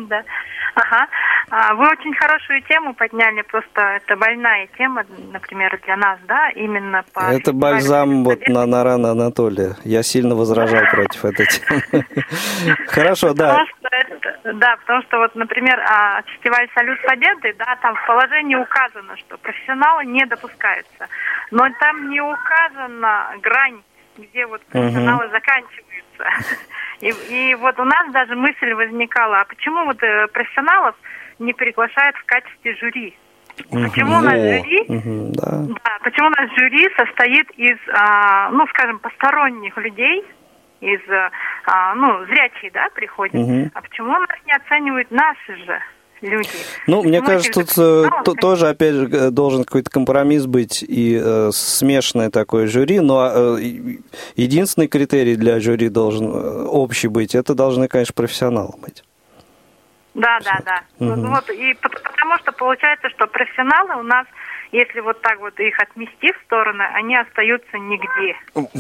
Вы очень хорошую тему подняли, просто это больная тема, например, для нас, да, именно по... Это бальзам вот на раны Анатолия. Я сильно возражал против этой темы. Хорошо, да. Потому что вот, например, фестиваль «Салют Победы», да, там в положении указано, что профессионалы не допускаются, но там не указана грань, где вот профессионалы заканчиваются. И вот у нас даже мысль возникала, а почему вот профессионалов не приглашают в качестве жюри? Почему у нас жюри? Почему у нас жюри состоит из, скажем, посторонних людей, из, зрячие, да, приходят. А почему у нас не оценивают наши же люди? Мне кажется, тут тоже, опять же, должен какой-то компромисс быть и смешанное такое жюри, но единственный критерий для жюри должен общий быть, это должны, конечно, профессионалы быть. Да. Вот, и потому что получается, что профессионалы у нас, если вот так вот их отмести в стороны, они остаются нигде.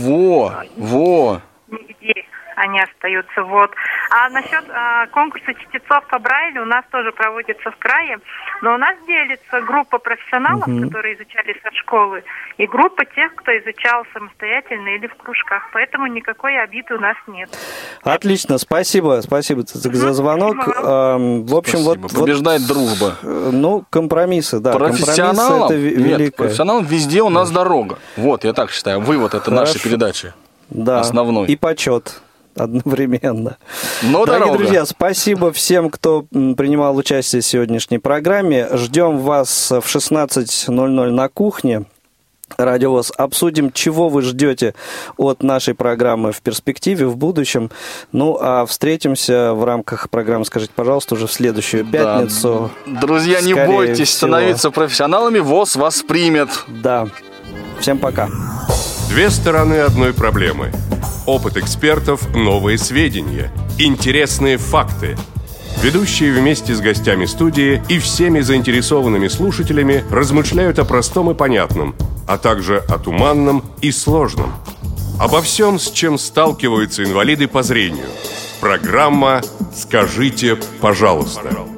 Нигде они остаются, вот. А насчет конкурса чтецов по Брайлю у нас тоже проводится в крае, но у нас делится группа профессионалов, которые изучали со школы, и группа тех, кто изучал самостоятельно или в кружках, поэтому никакой обиды у нас нет. Отлично, спасибо за звонок. В общем, спасибо. Побеждает дружба. Компромиссы, да. Профессионалам, это нет, профессионалам везде у нас дорога. Вот, я так считаю, вывод это нашей передачи. Да, основной. И почет одновременно. Дорогие друзья, спасибо всем, кто принимал участие в сегодняшней программе. Ждем вас в 16:00 на кухне. Радио ВОС. Обсудим, чего вы ждете от нашей программы в перспективе, в будущем. А встретимся в рамках программы «Скажите, пожалуйста», уже в следующую пятницу. Друзья, не бойтесь становиться профессионалами, ВОС вас примет. Да. Всем пока. Две стороны одной проблемы. Опыт экспертов, новые сведения, интересные факты. Ведущие вместе с гостями студии и всеми заинтересованными слушателями размышляют о простом и понятном, а также о туманном и сложном. Обо всем, с чем сталкиваются инвалиды по зрению. Программа «Скажите, пожалуйста».